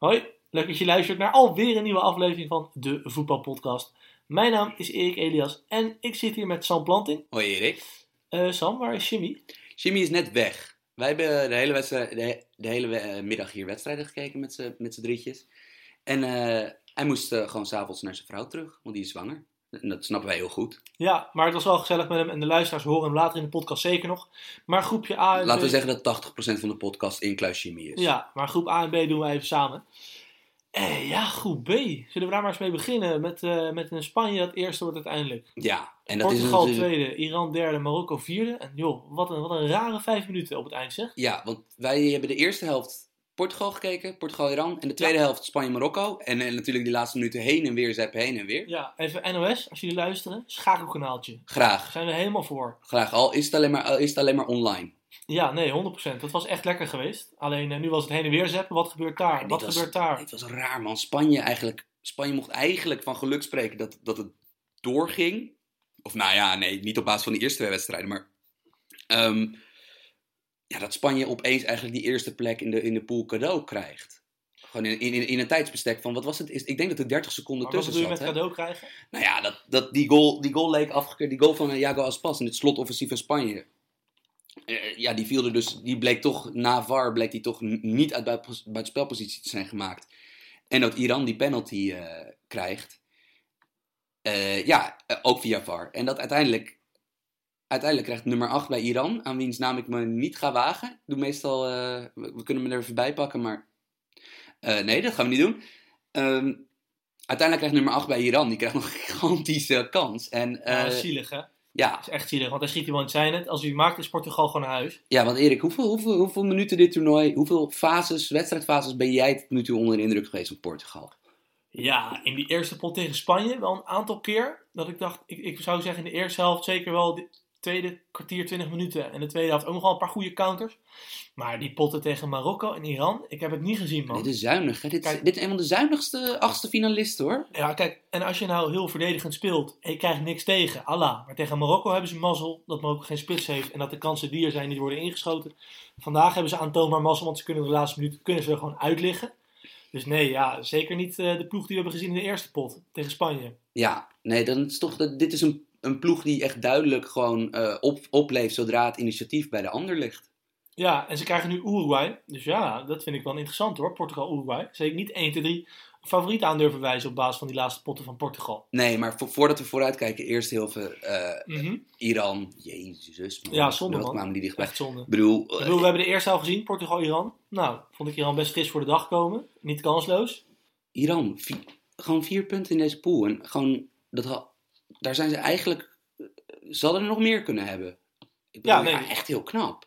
Hoi, leuk dat je luistert naar alweer een nieuwe aflevering van de Voetbalpodcast. Mijn naam is Erik Elias en ik zit hier met Sam Planting. Hoi Erik. Sam, waar is Jimmy? Jimmy is net weg. Wij hebben de hele middag hier wedstrijden gekeken met z'n drietjes. En hij moest gewoon 's avonds naar zijn vrouw terug, want die is zwanger. En dat snappen wij heel goed. Ja, maar het was wel gezellig met hem en de luisteraars horen hem later in de podcast zeker nog. Maar groepje A en B... Laten we zeggen dat 80% van de podcast inclusief Jimmy is. Ja, maar groep A en B doen we even samen. Groep B. Zullen we daar maar eens mee beginnen met een Spanje dat eerste wordt uiteindelijk. Ja, en dat Portugal is natuurlijk... tweede, Iran derde, Marokko vierde. En joh, wat een rare 5 minuten op het eind zeg. Ja, want wij hebben de eerste helft Portugal gekeken, Portugal-Iran. En de tweede helft Spanje-Marokko. En natuurlijk die laatste minuten heen en weer zappen, heen en weer. Ja, even NOS, als jullie luisteren, schakelkanaaltje. Graag. Zijn we helemaal voor. Graag, al is het alleen maar online. Ja, nee, 100%. Dat was echt lekker geweest. Alleen nu was het heen en weer zappen. Wat gebeurt daar? Wat gebeurt daar? Dit was raar, man. Spanje mocht eigenlijk van geluk spreken dat het doorging. Of nou ja, nee, niet op basis van de eerste twee wedstrijden. Maar dat Spanje opeens eigenlijk die eerste plek in de pool cadeau krijgt. Gewoon in een tijdsbestek van, wat was het? Ik denk dat er 30 seconden tussen zat. Wat bedoel je met cadeau krijgen? Nou ja, die goal leek afgekeurd. Die goal van Iago Aspas in het slotoffensief van Spanje. Die bleek toch, na VAR bleek die toch niet uit buitenspelpositie te zijn gemaakt. En dat Iran die penalty krijgt. Ook via VAR. En dat uiteindelijk krijgt nummer 8 bij Iran, aan wiens naam ik me niet ga wagen. Ik doe meestal, we kunnen me er even bij pakken, maar nee, dat gaan we niet doen. Uiteindelijk krijgt nummer 8 bij Iran, die krijgt nog een gigantische kans. En, dat is zielig, hè? Ja. Dat is echt zielig, want hij schiet iemand zijn het. Als hij het maakt, is Portugal gewoon naar huis. Ja, want Erik, hoeveel minuten dit toernooi, hoeveel wedstrijdfases ben jij tot nu toe onder de indruk geweest van Portugal? Ja, in die eerste pot tegen Spanje wel een aantal keer. Dat ik dacht, ik zou zeggen in de eerste helft zeker wel de tweede kwartier, 20 minuten. En de tweede helft ook nog wel een paar goede counters. Maar die potten tegen Marokko en Iran, ik heb het niet gezien, man. Dit is zuinig, hè? Dit is een van de zuinigste achtste finalisten, hoor. Ja, kijk, en als je nou heel verdedigend speelt en je krijgt niks tegen, Allah. Maar tegen Marokko hebben ze mazzel dat Marokko geen spits heeft en dat de kansen die er zijn niet worden ingeschoten. Vandaag hebben ze aantoonbaar mazzel, want ze kunnen de laatste minuut er gewoon uitliggen. Dus nee, ja, zeker niet de ploeg die we hebben gezien in de eerste pot tegen Spanje. Ja, nee, dan is toch dit is een ploeg die echt duidelijk gewoon opleeft zodra het initiatief bij de ander ligt. Ja, en ze krijgen nu Uruguay. Dus ja, dat vind ik wel interessant hoor, Portugal-Uruguay. Zeker niet 1, 2, 3 een favoriet aan durven wijzen op basis van die laatste potten van Portugal. Nee, maar voordat we vooruit kijken, eerst heel veel Iran. Jezus, man. Ja, zonde, dat man. kwamen die dichtbij. Echt zonde. Ik bedoel, we hebben de eerste helft gezien, Portugal-Iran. Nou, vond ik Iran best fris voor de dag komen. Niet kansloos. Iran, gewoon 4 punten in deze pool. En gewoon, daar zijn ze eigenlijk... Ze hadden er nog meer kunnen hebben. Ik bedoel, echt heel knap.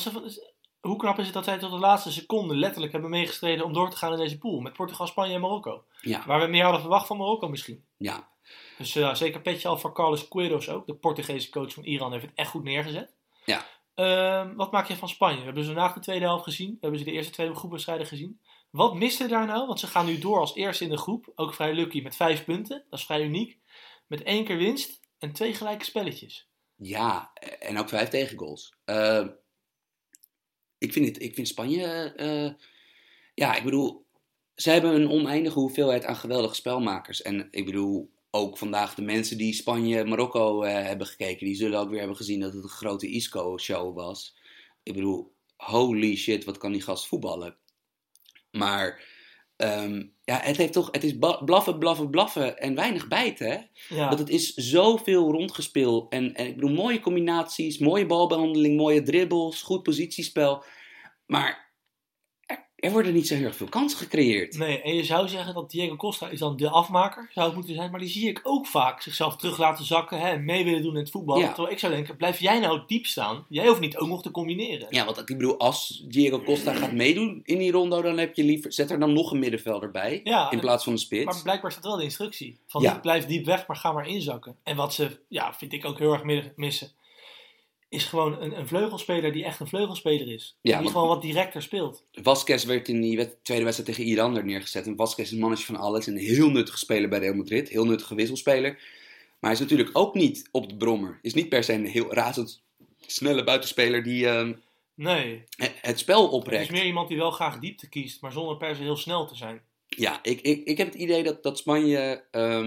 Hoe knap is het dat zij tot de laatste seconde letterlijk hebben meegestreden om door te gaan in deze pool. Met Portugal, Spanje en Marokko. Ja. Waar we meer hadden verwacht van Marokko misschien. Ja. Dus zeker petje al voor Carlos Queiroz ook. De Portugese coach van Iran heeft het echt goed neergezet. Ja. Wat maak je van Spanje? We hebben ze vandaag de tweede helft gezien. We hebben ze de eerste 2 groepwedstrijden gezien. Wat miste daar nou? Want ze gaan nu door als eerste in de groep. Ook vrij lucky met 5 punten. Dat is vrij uniek. Met 1 keer winst en 2 gelijke spelletjes. Ja, en ook 5 tegengoals. Ik vind Spanje... ik bedoel... Ze hebben een oneindige hoeveelheid aan geweldige spelmakers. En ik bedoel, ook vandaag de mensen die Spanje-Marokko hebben gekeken... die zullen ook weer hebben gezien dat het een grote Isco-show was. Ik bedoel, holy shit, wat kan die gast voetballen. Maar... het is blaffen en weinig bijten, hè? Ja. Want het is zoveel rondgespeeld. En ik bedoel, mooie combinaties, mooie balbehandeling, mooie dribbles, goed positiespel. Maar er worden niet zo heel erg veel kansen gecreëerd. Nee, en je zou zeggen dat Diego Costa is dan de afmaker, zou het moeten zijn. Maar die zie ik ook vaak zichzelf terug laten zakken en mee willen doen in het voetbal. Ja. Terwijl ik zou denken, blijf jij nou diep staan? Jij hoeft niet ook nog te combineren. Ja, want ik bedoel, als Diego Costa gaat meedoen in die rondo, dan heb je liever... Zet er dan nog een middenvelder bij, in plaats van een spits. Maar blijkbaar staat wel de instructie. Van Ja. niet blijf diep weg, maar ga maar inzakken. En wat ze, vind ik ook heel erg missen... is gewoon een vleugelspeler die echt een vleugelspeler is. Ja, die gewoon wat directer speelt. Vasquez werd in die tweede wedstrijd tegen Iran er neergezet. En Vasquez is een mannetje van alles. Een heel nuttige speler bij Real Madrid. Heel nuttige wisselspeler. Maar hij is natuurlijk ook niet op de brommer. Is niet per se een heel razendsnelle buitenspeler die Nee. Het spel Het oprekt. is meer iemand die wel graag diepte kiest, maar zonder per se heel snel te zijn. Ja, ik heb het idee dat Spanje...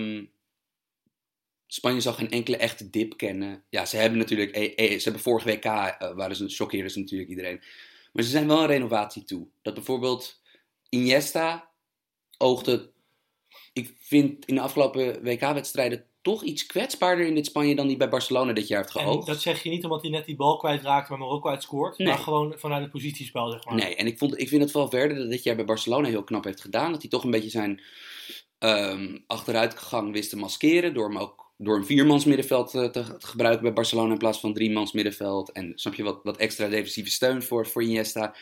Spanje zal geen enkele echte dip kennen. Ja, ze hebben natuurlijk... Ze hebben vorige WK... choqueerden ze natuurlijk iedereen. Maar ze zijn wel een renovatie toe. Dat bijvoorbeeld Iniesta oogde... Ik vind in de afgelopen WK-wedstrijden toch iets kwetsbaarder in dit Spanje dan die bij Barcelona dit jaar heeft En geoogd. dat zeg je niet omdat hij net die bal kwijtraakt waar Marokko uit scoort. Nee. Maar gewoon vanuit het positiespel, zeg maar. Nee, en ik vind het wel verder dat dit jaar bij Barcelona heel knap heeft gedaan. Dat hij toch een beetje zijn achteruitgang wist te maskeren. Door hem ook door een viermans middenveld te gebruiken bij Barcelona in plaats van driemans middenveld. En snap je, wat extra defensieve steun voor Iniesta.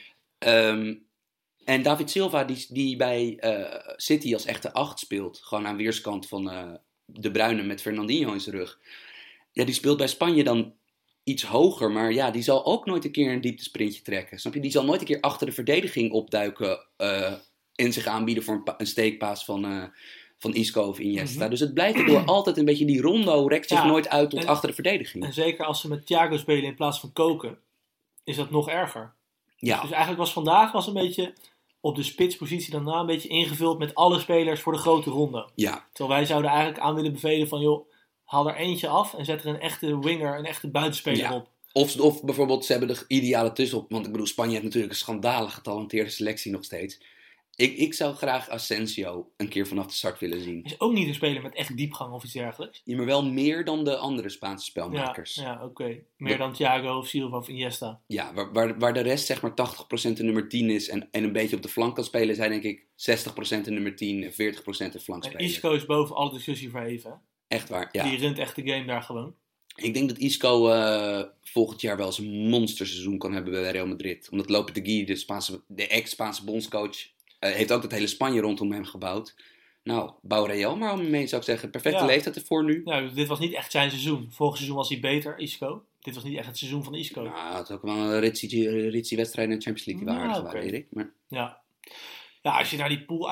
En David Silva, die bij City als echte 8 speelt. Gewoon aan weerskant van De Bruyne met Fernandinho in zijn rug. Ja, die speelt bij Spanje dan iets hoger. Maar ja, die zal ook nooit een keer een dieptesprintje trekken. Snap je? Die zal nooit een keer achter de verdediging opduiken. En zich aanbieden voor een steekpaas van Isco of Iniesta. Mm-hmm. Dus het blijft erdoor altijd een beetje die rondo. Rekt zich nooit uit tot achter de verdediging. En zeker als ze met Thiago spelen in plaats van Koken. Is dat nog erger. Ja. Dus eigenlijk was vandaag een beetje... op de spitspositie daarna een beetje ingevuld met alle spelers voor de grote ronde. Ja. Terwijl wij zouden eigenlijk aan willen bevelen van... joh, haal er eentje af en zet er een echte winger, een echte buitenspeler op. Of bijvoorbeeld, ze hebben de ideale tussenop. Want ik bedoel, Spanje heeft natuurlijk een schandalig getalenteerde selectie nog steeds. Ik zou graag Asensio een keer vanaf de start willen zien. Is ook niet een speler met echt diepgang of iets dergelijks. Ja, maar wel meer dan de andere Spaanse spelmakers. Ja, oké. Meer dan Thiago of Silva of Iniesta. Ja, waar de rest zeg maar 80% de nummer 10 is en een beetje op de flank kan spelen, zijn denk ik 60% de nummer 10 en 40% de flankspeler. En Isco is boven alle discussie verheven. Hè? Echt waar, ja. Die runt echt de game daar gewoon. Ik denk dat Isco volgend jaar wel eens een monsterseizoen kan hebben bij Real Madrid. Omdat Lopetegui, de ex-Spaanse bondscoach, heeft ook dat hele Spanje rondom hem gebouwd. Nou, bouw Real maar om hem mee, zou ik zeggen. Perfecte leeftijd ervoor nu. Ja, dus dit was niet echt zijn seizoen. Vorig seizoen was hij beter, Isco. Dit was niet echt het seizoen van Isco. Nou, het was ook wel een ritsie wedstrijd in de Champions League die waren aardig waren, Erik. Maar... Ja, als je naar die pool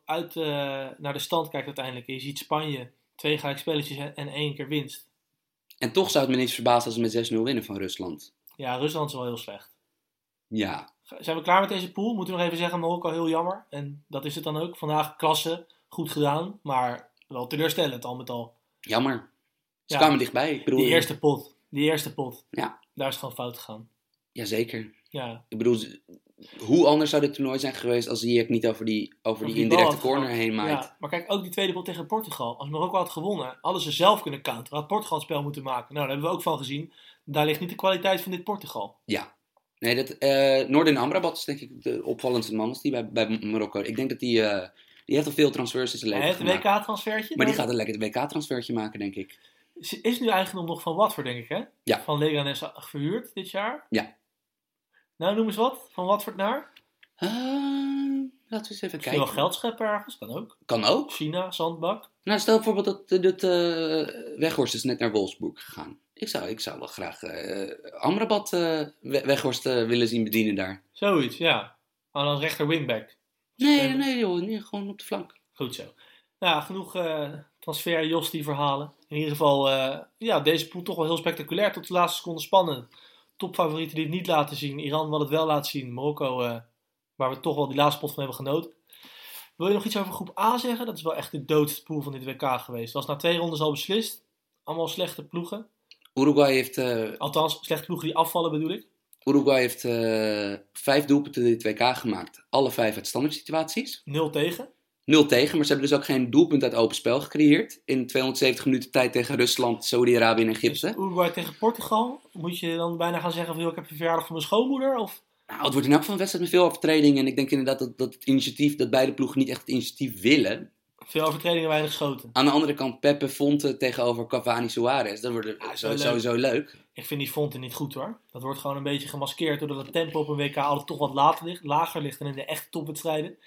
naar de stand kijkt uiteindelijk. En je ziet Spanje 2 gelijkspelletjes en 1 keer winst. En toch zou het me niet verbazen als ze met 6-0 winnen van Rusland. Ja, Rusland is wel heel slecht. Ja. Zijn we klaar met deze pool? Moeten we nog even zeggen, Marokko heel jammer. En dat is het dan ook. Vandaag klasse, goed gedaan. Maar wel teleurstellend al met al. Jammer. Ze kwamen dichtbij. Ik bedoel, die eerste pot. Ja. Daar is het gewoon fout gegaan. Jazeker. Ja. Ik bedoel, hoe anders zou dit toernooi zijn geweest als Ziyech niet over die indirecte corner heen maait. Ja, maar kijk, ook die tweede pot tegen Portugal. Als Marokko had gewonnen, hadden ze zelf kunnen counteren. Had Portugal het spel moeten maken. Nou, daar hebben we ook van gezien. Daar ligt niet de kwaliteit van dit Portugal. Ja. Nee, Nordin Amrabat is denk ik de opvallendste man bij Marokko. Ik denk dat die heeft al veel transfers in zijn leven gemaakt. Het WK-transfertje? Maar die gaat een lekker het WK-transfertje maken, denk ik. Is nu eigendom nog van Watford, denk ik, hè? Ja. Van Leganes verhuurd dit jaar? Ja. Nou, noem eens wat. Van Watford naar? Laten we eens even Misschien kijken. wel geld scheppen ergens, kan ook. Kan ook. China, zandbak. Nou, stel bijvoorbeeld dat Weghorst is net naar Wolfsburg gegaan. Ik zou wel graag Amrabat Weghorst willen zien bedienen daar. Zoiets, ja. Aan een rechter wingback. Nee joh, nee, gewoon op de flank. Goed zo. Nou, genoeg transfer Jos die verhalen. In ieder geval, deze pool toch wel heel spectaculair. Tot de laatste seconde spannend. Topfavorieten die het niet laten zien. Iran wil het wel laten zien. Marokko, waar we toch wel die laatste pot van hebben genoten. Wil je nog iets over groep A zeggen? Dat is wel echt de doodste pool van dit WK geweest. Het was na 2 rondes al beslist. Allemaal slechte ploegen. Uruguay heeft... Althans, slechte ploegen die afvallen bedoel ik. Uruguay heeft 5 doelpunten dit WK gemaakt. Alle 5 uit standaard situaties. 0 tegen. 0 tegen, maar ze hebben dus ook geen doelpunt uit open spel gecreëerd. In 270 minuten tijd tegen Rusland, Saudi-Arabië en Egypte. Dus Uruguay tegen Portugal. Moet je dan bijna gaan zeggen van, ik heb de verjaardag van mijn schoonmoeder? Of... Nou, het wordt in elk geval een wedstrijd met veel overtredingen. En ik denk inderdaad dat het initiatief, dat beide ploegen niet echt het initiatief willen. Veel overtredingen, weinig schoten. Aan de andere kant Pepe Fonte tegenover Cavani Suarez. Dat wordt sowieso leuk. Ik vind die Fonte niet goed hoor. Dat wordt gewoon een beetje gemaskeerd doordat het tempo op een WK altijd toch wat lager ligt dan in de echte topwedstrijden.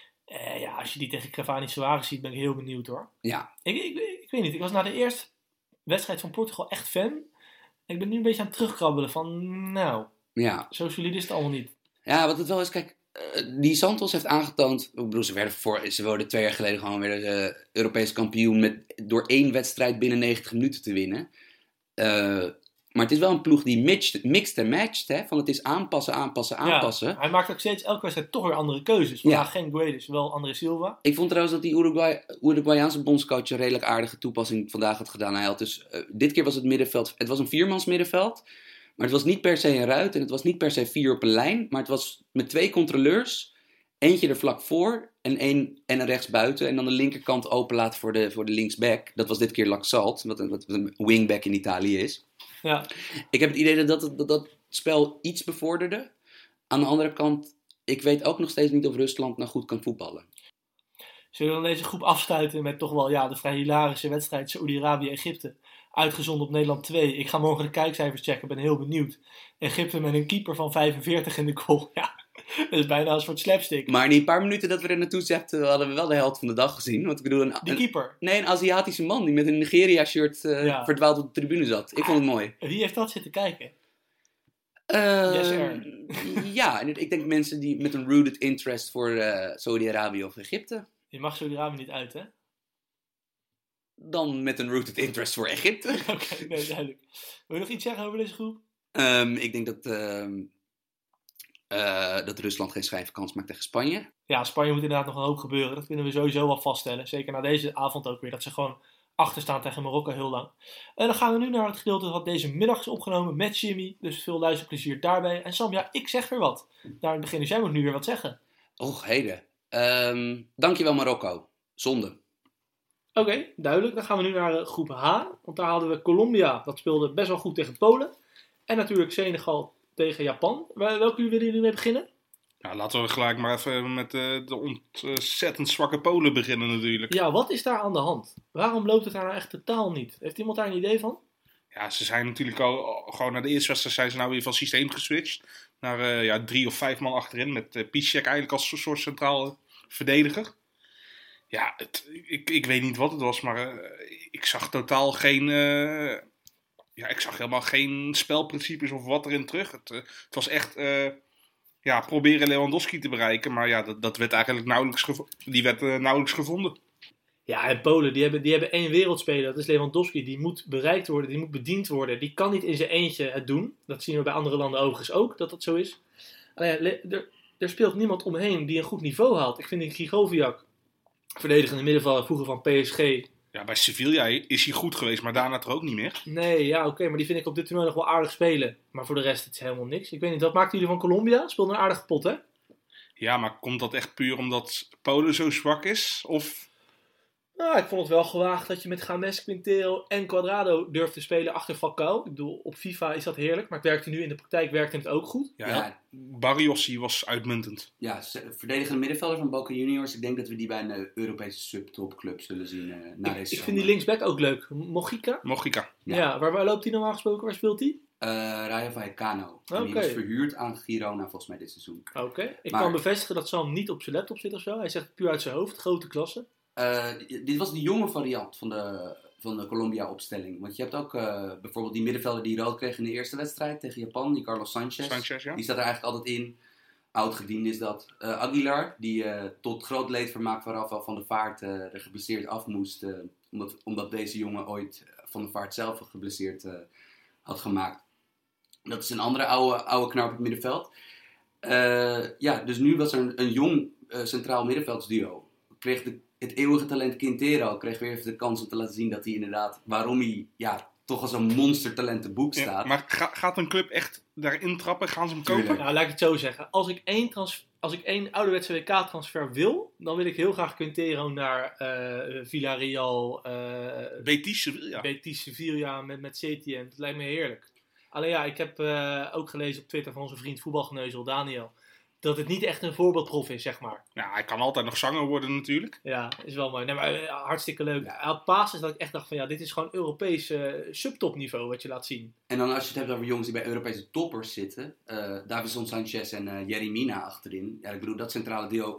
Als je die tegen Cavani Suarez ziet, ben ik heel benieuwd hoor. Ja. Ik weet niet, ik was na de eerste wedstrijd van Portugal echt fan. En ik ben nu een beetje aan het terugkrabbelen van, ja. Zo solide is het allemaal niet. Ja, wat het wel is, kijk, die Santos heeft aangetoond, ik bedoel, ze worden 2 jaar geleden gewoon weer Europees kampioen door 1 wedstrijd binnen 90 minuten te winnen. Maar het is wel een ploeg die mixed en matcht. Hè? Van het is aanpassen. Ja, hij maakt ook steeds elke wedstrijd toch weer andere keuzes. Vandaag geen Guedes, wel André Silva. Ik vond trouwens dat die Uruguayaanse bondscoach een redelijk aardige toepassing vandaag had gedaan. Hij had dus, dit keer was het middenveld, het was een 4-mans middenveld. Maar het was niet per se een ruit en het was niet per se 4 op een lijn. Maar het was met 2 controleurs. Eentje er vlak voor en een rechtsbuiten. En dan de linkerkant open laten voor de linksback. Dat was dit keer Laxalt, wat een wingback in Italië is. Ja. Ik heb het idee dat spel iets bevorderde. Aan de andere kant, ik weet ook nog steeds niet of Rusland nou goed kan voetballen. Zullen we dan deze groep afsluiten met toch wel de vrij hilarische wedstrijd Saoedi-Arabië-Egypte. Uitgezonden op Nederland 2. Ik ga morgen de kijkcijfers checken, ben heel benieuwd. Egypte met een keeper van 45 in de goal. Ja, dat is bijna een soort slapstick. Maar in die paar minuten dat we er naartoe zetten, hadden we wel de held van de dag gezien. Want ik bedoel, Die keeper? Nee, een Aziatische man die met een Nigeria-shirt verdwaald op de tribune zat. Ik vond het mooi. Wie heeft dat zitten kijken? Ja, en ik denk mensen die met een rooted interest voor Saudi-Arabië of Egypte. Je mag Saudi-Arabië niet uit, hè? Dan met een rooted interest voor Egypte. Oké, nee, duidelijk. Wil je nog iets zeggen over deze groep? Ik denk dat Rusland geen schijnvakantie maakt tegen Spanje. Ja, Spanje moet inderdaad nog een hoop gebeuren. Dat kunnen we sowieso wel vaststellen. Zeker na deze avond ook weer. Dat ze gewoon achterstaan tegen Marokko heel lang. En dan gaan we nu naar het gedeelte wat deze middag is opgenomen met Jimmy. Dus veel luisterplezier daarbij. En Sam, ik zeg weer wat. Daar in het begin, dus jij moet nu weer wat zeggen. Och, heden. Dankjewel Marokko. Zonde. Oké, duidelijk. Dan gaan we nu naar groep H. Want daar hadden we Colombia. Dat speelde best wel goed tegen Polen. En natuurlijk Senegal tegen Japan. Welke willen jullie mee beginnen? Nou, laten we gelijk maar even met de ontzettend zwakke Polen beginnen natuurlijk. Ja, wat is daar aan de hand? Waarom loopt het daar nou echt totaal niet? Heeft iemand daar een idee van? Ja, ze zijn natuurlijk al gewoon na de eerste wedstrijd zijn ze nou weer van systeem geswitcht. Naar 3 of 5 man achterin met Piszczek eigenlijk als een soort centraal verdediger. Ja, ik weet niet wat het was, maar ik zag totaal geen... ik zag helemaal geen spelprincipes of wat erin terug. Het was echt... proberen Lewandowski te bereiken. Maar ja, dat werd eigenlijk nauwelijks gevonden. Ja, en Polen, die hebben één wereldspeler. Dat is Lewandowski. Die moet bereikt worden, die moet bediend worden. Die kan niet in zijn eentje het doen. Dat zien we bij andere landen overigens ook, dat zo is. Alleen, er speelt niemand omheen die een goed niveau haalt. Ik vind die Gigoviak, verdedigende middenvelder, vroeger van PSG... Ja, bij Sevilla is hij goed geweest, maar daarna toch ook niet meer? Nee, ja, oké, maar die vind ik op dit toernooi nog wel aardig spelen. Maar voor de rest, het is helemaal niks. Ik weet niet, wat maakten jullie van Colombia? Speelde een aardige pot, hè? Ja, maar komt dat echt puur omdat Polen zo zwak is? Of... Nou, ik vond het wel gewaagd dat je met James, Quintero en Cuadrado durft te spelen achter Falcao. Ik bedoel, op FIFA is dat heerlijk, maar het werkte nu in de praktijk het ook goed. Ja. Barriossi was uitmuntend. Ja, verdedigende middenvelder van Boca Juniors. Ik denk dat we die bij een Europese subtopclub zullen zien na deze Ik vind die linksback ook leuk. Mojica. Ja, waar loopt hij normaal gesproken? Waar speelt hij? Rayo Vallecano. En die was verhuurd aan Girona volgens mij dit seizoen. Oké. Ik kan bevestigen dat Sam niet op zijn laptop zit of zo. Hij zegt puur uit zijn hoofd, grote klasse. Dit was de jonge variant van de Colombia-opstelling. Want je hebt ook bijvoorbeeld die middenvelder die rood kreeg in de eerste wedstrijd tegen Japan, die Carlos Sanchez. Ja. Die staat er eigenlijk altijd in. Oud-gediend is dat. Aguilar, die tot groot leedvermaak van Rafael van der Vaart er geblesseerd af moest. Omdat deze jongen ooit van der Vaart zelf geblesseerd had gemaakt. Dat is een andere oude knar op het middenveld. Dus nu was er een jong centraal middenveldsduo. Kreeg het eeuwige talent Quintero kreeg weer even de kans om te laten zien dat hij inderdaad, waarom hij toch als een monstertalent te boek staat. Ja, maar gaat een club echt daarin trappen? Gaan ze hem kopen? Nou, laat ik het zo zeggen. Als ik één ouderwetse WK-transfer wil, dan wil ik heel graag Quintero naar Villarreal, Betis Sevilla met Setien. Dat lijkt me heerlijk. Alleen ik heb ook gelezen op Twitter van onze vriend voetbalgeneuzel Daniel, dat het niet echt een voorbeeldprof is, zeg maar. Ja, hij kan altijd nog zanger worden natuurlijk. Ja, is wel mooi. Nee, maar hartstikke leuk. Hij had passes dat ik echt dacht van dit is gewoon Europees subtopniveau wat je laat zien. En dan als je het hebt over jongens die bij Europese toppers zitten, Davinson Sanchez en Yerry Mina achterin. Ja, ik bedoel, dat centrale duo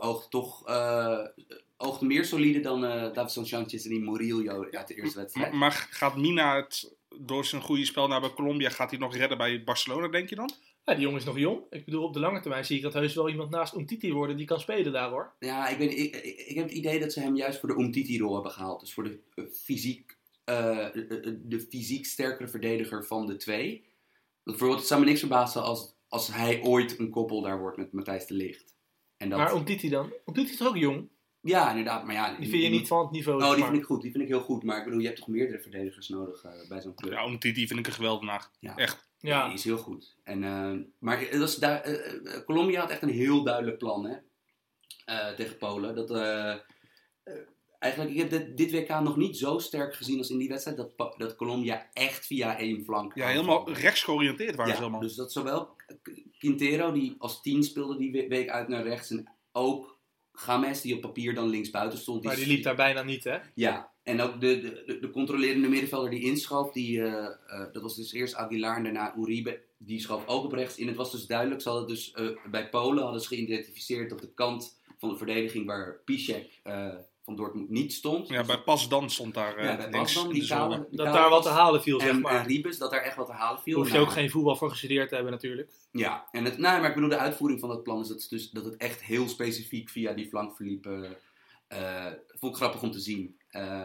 oogt meer solide dan Davinson Sanchez en die Murillo uit de eerste wedstrijd. Maar gaat Mina het door zijn goede spel naar bij Colombia, gaat hij nog redden bij Barcelona, denk je dan? Ja, die jongen is nog jong. Ik bedoel, op de lange termijn zie ik dat heus wel iemand naast Umtiti worden die kan spelen daar, hoor. Ja, ik heb het idee dat ze hem juist voor de Umtiti-rol hebben gehaald. Dus voor de fysiek sterkere verdediger van de twee. Bijvoorbeeld, het zou me niks verbazen als hij ooit een koppel daar wordt met Matthijs de Ligt. En dat... Maar Umtiti dan? Umtiti is toch ook jong? Ja, inderdaad. Maar ja, Die vind je niet van het niveau? Oh, die vind ik goed. Die vind ik heel goed. Maar ik bedoel, je hebt toch meerdere verdedigers nodig bij zo'n club? Ja, Umtiti vind ik een geweldenaar. Ja. Echt. Ja. Die is heel goed. Maar Colombia had echt een heel duidelijk plan, hè? Tegen Polen. Eigenlijk, ik heb dit WK nog niet zo sterk gezien als in die wedstrijd. Dat Colombia echt via één flank... Ja, helemaal rechts georiënteerd waren ze helemaal. Dus dat zowel Quintero, die als 10 speelde die week uit naar rechts. En ook James, die op papier dan linksbuiten stond. Maar die liep daar bijna niet, hè? Ja, en ook de controlerende middenvelder die inschoof, dat was dus eerst Aguilar en daarna Uribe. Die schoof ook op rechts in. Het was dus duidelijk, ze hadden dus bij Polen hadden ze geïdentificeerd op de kant van de verdediging waar Piszczek van Dortmund niet stond. Ja, bij Pas Dan stond daar bij Pas Dan, dat daar wat te halen viel, zeg maar. En Ribes, dat daar echt wat te halen viel. Hoef je ook geen voetbal voor gestudeerd te hebben natuurlijk. Ja, maar ik bedoel, de uitvoering van dat plan is dat het echt heel specifiek via die flank verliep. Vond ik grappig om te zien.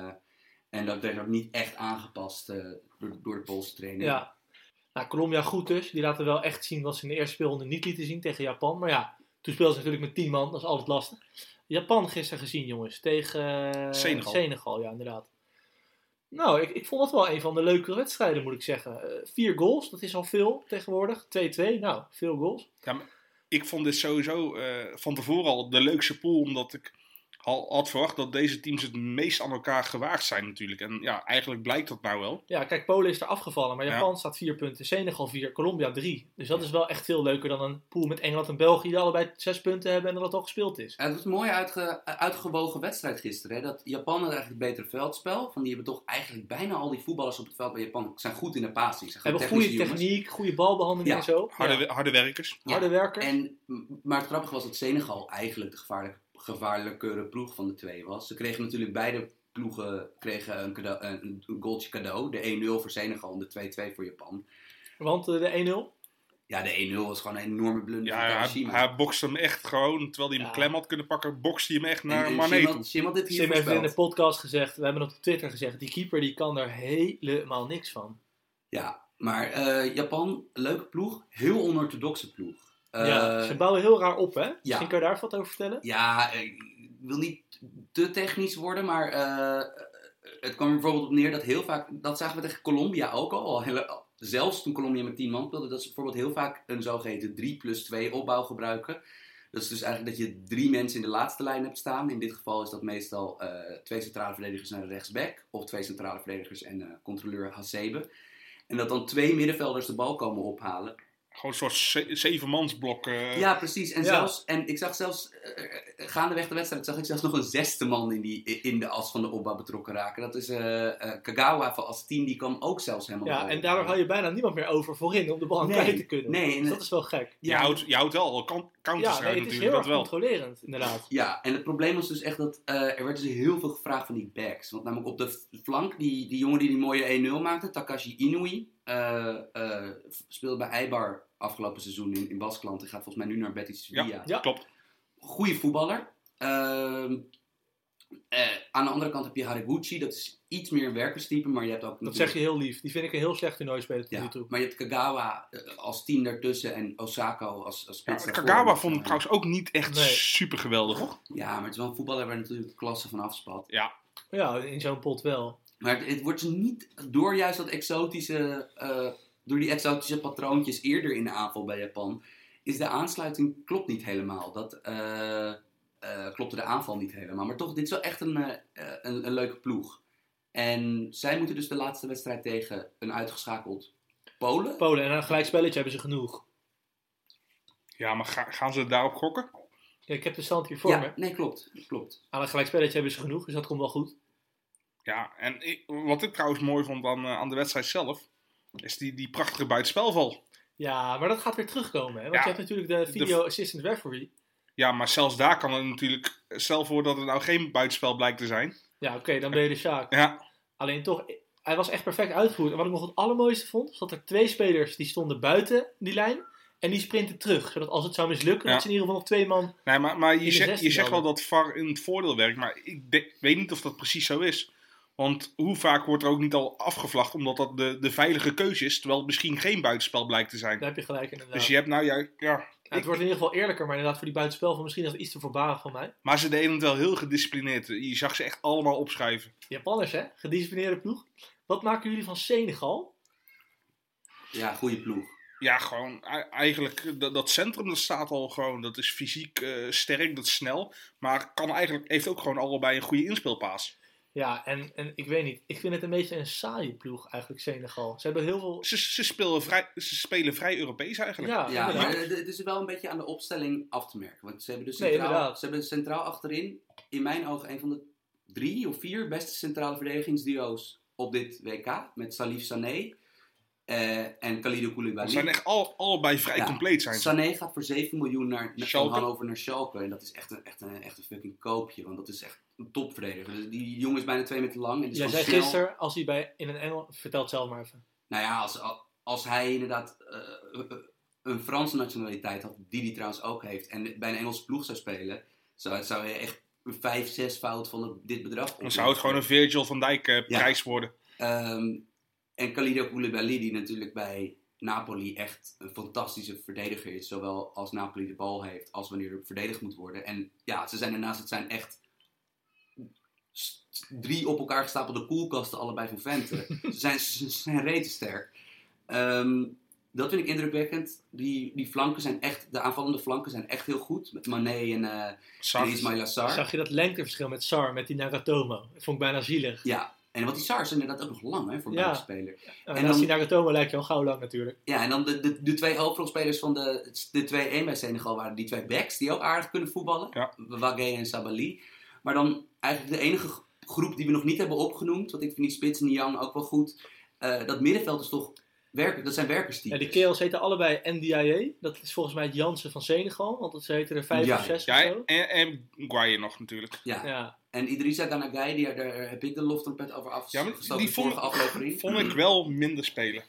En dat werd ook niet echt aangepast door de Poolse trainer. Ja, nou, Colombia goed dus. Die laten wel echt zien wat ze in de eerste speelronde niet lieten zien tegen Japan. Maar ja, toen speelden ze natuurlijk met 10 man. Dat is altijd lastig. Japan gisteren gezien, jongens. Tegen Senegal, ja, inderdaad. Nou, ik vond dat wel een van de leukere wedstrijden, moet ik zeggen. 4 goals, dat is al veel tegenwoordig. 2-2, nou, veel goals. Ja, maar ik vond dit sowieso van tevoren al de leukste pool, omdat ik had verwacht dat deze teams het meest aan elkaar gewaagd zijn natuurlijk. En ja, eigenlijk blijkt dat nou wel. Ja, kijk, Polen is er afgevallen, maar Japan staat 4 punten, Senegal 4, Colombia 3. Dus dat is wel echt veel leuker dan een pool met Engeland en België die allebei 6 punten hebben en dat het al gespeeld is. Het was een mooie uitgewogen wedstrijd gisteren. Hè? Dat Japan had eigenlijk het betere veldspel. Die hebben toch eigenlijk bijna al die voetballers op het veld bij Japan zijn goed in de passing. Hebben goede techniek, goede balbehandeling en zo. Harde werkers. Ja. Harde werkers. Maar het grappige was dat Senegal eigenlijk de gevaarlijkere ploeg van de twee was. Ze kregen natuurlijk beide ploegen een goaltje cadeau. De 1-0 voor Senegal en de 2-2 voor Japan. Want de 1-0? Ja, de 1-0 was gewoon een enorme blunder van Kawashima. Hij bokste hem echt gewoon, terwijl hij hem klem had kunnen pakken, bokste hij hem echt naar Mané toe. Sim heeft in de podcast gezegd, we hebben op Twitter gezegd, die keeper die kan er helemaal niks van. Ja, maar Japan, leuke ploeg, heel onorthodoxe ploeg. Ze bouwen heel raar op, hè? Misschien kan je daar wat over vertellen? Ja, ik wil niet te technisch worden, maar het kwam er bijvoorbeeld op neer dat heel vaak, dat zagen we tegen Colombia ook al, zelfs toen Colombia met 10 man speelde, dat ze bijvoorbeeld heel vaak een zogeheten 3+2 opbouw gebruiken. Dat is dus eigenlijk dat je 3 mensen in de laatste lijn hebt staan. In dit geval is dat meestal 2 centrale verdedigers en een rechtsback, of 2 centrale verdedigers en controleur Hasebe. En dat dan 2 middenvelders de bal komen ophalen. Gewoon een soort 7-mansblok. Ja, tegen zelfs, en ik zag zelfs, gaandeweg de wedstrijd, zag ik zelfs nog een 6e man in de as van de opbouw betrokken raken. Dat is Kagawa als 10, die kwam ook zelfs helemaal. Ja, en daardoor hou je bijna niemand meer over voorin om de bal aan kwijt te kunnen. Nee, dus dat is wel gek. Ja. Je houdt wel al counters uit het is heel erg controlerend, inderdaad. Ja, en het probleem was dus echt dat er werd dus heel veel gevraagd van die backs. Want namelijk op de flank, die jongen die mooie 1-0 maakte, Takashi Inouye, speelde bij Eibar afgelopen seizoen in Baskeland. Hij gaat volgens mij nu naar Betis Sevilla. Ja, klopt. Goeie voetballer. Aan de andere kant heb je Haraguchi. Dat is iets meer een werkerstype, maar je hebt ook... Dat zeg je heel lief. Die vind ik een heel slecht toernooispeler tot nu toe. Maar je hebt Kagawa als 10 daartussen en Osako als spits. Kagawa vond ik trouwens ook niet echt super geweldig, hoor. Ja, maar het is wel een voetballer waar natuurlijk de klasse van afspat. Ja, in zo'n pot wel. Maar het wordt niet door juist dat door die exotische patroontjes eerder in de aanval bij Japan, is de aansluiting klopt niet helemaal. Klopte de aanval niet helemaal. Maar toch, dit is wel echt een leuke ploeg. En zij moeten dus de laatste wedstrijd tegen een uitgeschakeld Polen. En een gelijkspelletje hebben ze genoeg. Ja, maar gaan ze daarop gokken? Ja, ik heb de stand hier voor me. Nee, klopt. Aan een gelijkspelletje hebben ze genoeg, dus dat komt wel goed. Ja, en wat ik trouwens mooi vond aan de wedstrijd zelf, is die prachtige buitenspelval. Ja, maar dat gaat weer terugkomen, hè? Want je hebt natuurlijk de video assistant referee. Ja, maar zelfs daar kan het natuurlijk, stel voor dat het nou geen buitenspel blijkt te zijn. Ja, oké, dan ben je de Sjaak. Ja. Alleen toch, hij was echt perfect uitgevoerd. En wat ik nog het allermooiste vond, was dat er 2 spelers die stonden buiten die lijn. En die sprinten terug, zodat als het zou mislukken, dat ze in ieder geval nog 2 man. Nee, maar je zegt wel dat VAR in het voordeel werkt, maar ik weet niet of dat precies zo is. Want hoe vaak wordt er ook niet al afgevlacht omdat dat de veilige keuze is, terwijl het misschien geen buitenspel blijkt te zijn. Daar heb je gelijk inderdaad. Dus je hebt nou het wordt in ieder geval eerlijker, maar inderdaad voor die buitenspel van misschien is het iets te voorbarig van mij. Maar ze deden het wel heel gedisciplineerd. Je zag ze echt allemaal opschuiven. Japanners, hè? Gedisciplineerde ploeg. Wat maken jullie van Senegal? Ja, goede ploeg. Ja, gewoon eigenlijk dat centrum dat staat al gewoon. Dat is fysiek sterk, dat is snel. Maar heeft ook gewoon allebei een goede inspeelpaas. Ja, en ik weet niet. Ik vind het een beetje een saaie ploeg eigenlijk, Senegal. Ze hebben heel veel... Ze spelen vrij Europees eigenlijk. Ja, inderdaad. maar het is wel een beetje aan de opstelling af te merken. Want ze hebben dus inderdaad. ze hebben centraal achterin, in mijn ogen, een van de 3 of 4 beste centrale verdedigingsduo's op dit WK. Met Salif Sané en Kalidou Koulibaly. Ze zijn echt allebei vrij compleet zijn. Sané gaat voor 7 miljoen van Hannover naar Schalke. En dat is echt een fucking koopje. Want dat is echt een topverdediger. Dus die jongen is bijna 2 meter lang. En is Jij zei snel. Gisteren, als hij in een Engel... Vertel het zelf maar even. Nou ja, als hij inderdaad een Franse nationaliteit had, die hij trouwens ook heeft, en bij een Engelse ploeg zou spelen, zou je echt 5-6 fout van dit bedrag. Dan zou het gewoon een Virgil van Dijk prijs worden. En Kalidou Koulibaly, die natuurlijk bij Napoli echt een fantastische verdediger is, zowel als Napoli de bal heeft, als wanneer er verdedigd moet worden. En ja, ze zijn daarnaast, het zijn echt 3 op elkaar gestapelde koelkasten, allebei van Vente. Ze zijn retensterk. Dat vind ik indrukwekkend. Die flanken zijn echt, de aanvallende flanken zijn echt heel goed. Met Mané en Ismail Assar. Zag je dat lengteverschil met Sar, met die Nagatomo? Dat vond ik bijna zielig. Ja, en wat die Sar is inderdaad ook nog lang, hè, voor een buitenspeler. En dan die Nagatomo lijkt je al gauw lang natuurlijk. Ja, en dan de 2 hoofdrolspelers van de 2-1 bij Senegal waren die 2 backs, die ook aardig kunnen voetballen. Ja. Wagé en Sabali. Maar dan eigenlijk de enige groep die we nog niet hebben opgenoemd, want ik vind die spits en Niang ook wel goed. Dat middenveld is toch dat zijn werkerstypes. Ja, die kerels heten allebei NDIA. Dat is volgens mij het Jansen van Senegal. Want ze heten er 5 of 6 of zo. En Guaye nog natuurlijk. Ja. En Idrissa Gana Gueye, daar heb ik de loftrompet over afgestoken in de vorige aflevering. Vond ik wel minder spelen.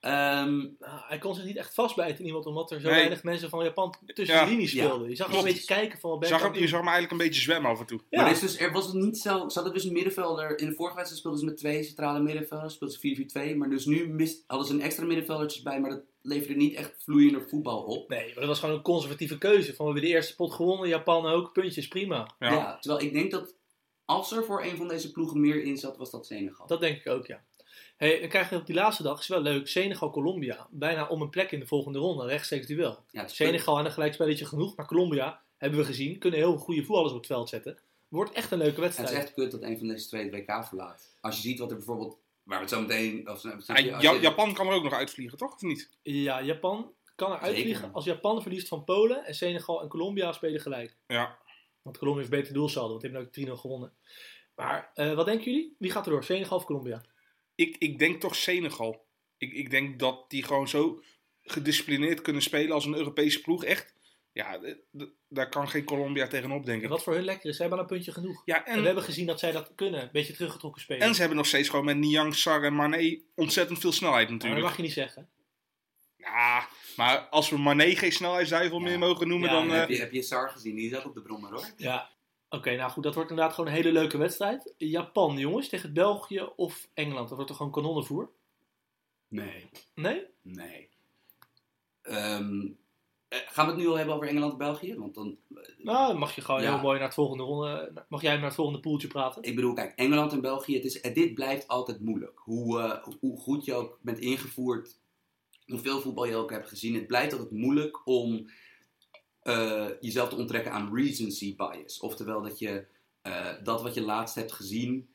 Hij kon zich niet echt vastbijten in iemand, omdat er zo weinig mensen van Japan tussen de linies speelden. Je zag hem een beetje kijken van wat je zag hem eigenlijk een beetje zwemmen af en toe. Ja. Maar er was het niet zo. Ze hadden dus een middenvelder. In de vorige wedstrijd speelden ze met 2 centrale middenvelders. Speelden ze 4-4-2. Maar dus nu hadden ze een extra middenveldertjes bij. Maar dat leverde niet echt vloeiender voetbal op. Nee, maar dat was gewoon een conservatieve keuze. Van we hebben de eerste pot gewonnen, Japan ook. Puntjes, prima. Ja, terwijl ik denk dat als er voor een van deze ploegen meer in zat, was dat Senegal. Dat denk ik ook, ja. Hey, dan krijg je op die laatste dag, is wel leuk, Senegal-Colombia. Bijna om een plek in de volgende ronde, rechtstreeks duel. Ja, Senegal aan een gelijkspelletje genoeg, maar Colombia, hebben we gezien, kunnen heel goede voetballers op het veld zetten. Wordt echt een leuke wedstrijd. Het is echt kut dat een van deze 2 het WK verlaat. Als je ziet wat er bijvoorbeeld, waar we het zo meteen... Japan kan er ook nog uitvliegen, toch? Of niet? Ja, Japan kan er uitvliegen als Japan verliest van Polen en Senegal en Colombia spelen gelijk. Ja. Want Colombia heeft beter doelsaldo, want die hebben ook 3-0 gewonnen. Maar wat denken jullie? Wie gaat er door, Senegal of Colombia? Ik denk toch Senegal. Ik denk dat die gewoon zo gedisciplineerd kunnen spelen als een Europese ploeg. Echt, ja, daar kan geen Colombia tegenop, denk ik. En wat voor hun lekker is, ze hebben een puntje genoeg. Ja, en we hebben gezien dat zij dat kunnen, een beetje teruggetrokken spelen. En ze hebben nog steeds gewoon met Niang, Sar en Mané ontzettend veel snelheid natuurlijk. Maar dat mag je niet zeggen. Ja, maar als we Mané geen snelheidsduivel meer mogen noemen, dan... Heb je Sar gezien? Die zat op de brommer, hoor. Ja. Oké, nou goed, dat wordt inderdaad gewoon een hele leuke wedstrijd. Japan, jongens, tegen België of Engeland. Dat wordt toch gewoon kanonnenvoer? Nee. Nee? Nee. Gaan we het nu al hebben over Engeland en België? Want dan... Nou, mag je gewoon heel mooi naar het volgende ronde... Mag jij naar het volgende poeltje praten? Ik bedoel, kijk, Engeland en België, dit blijft altijd moeilijk. Hoe goed je ook bent ingevoerd, hoeveel voetbal je ook hebt gezien, het blijft altijd moeilijk om... jezelf te onttrekken aan recency bias. Oftewel dat je dat wat je laatst hebt gezien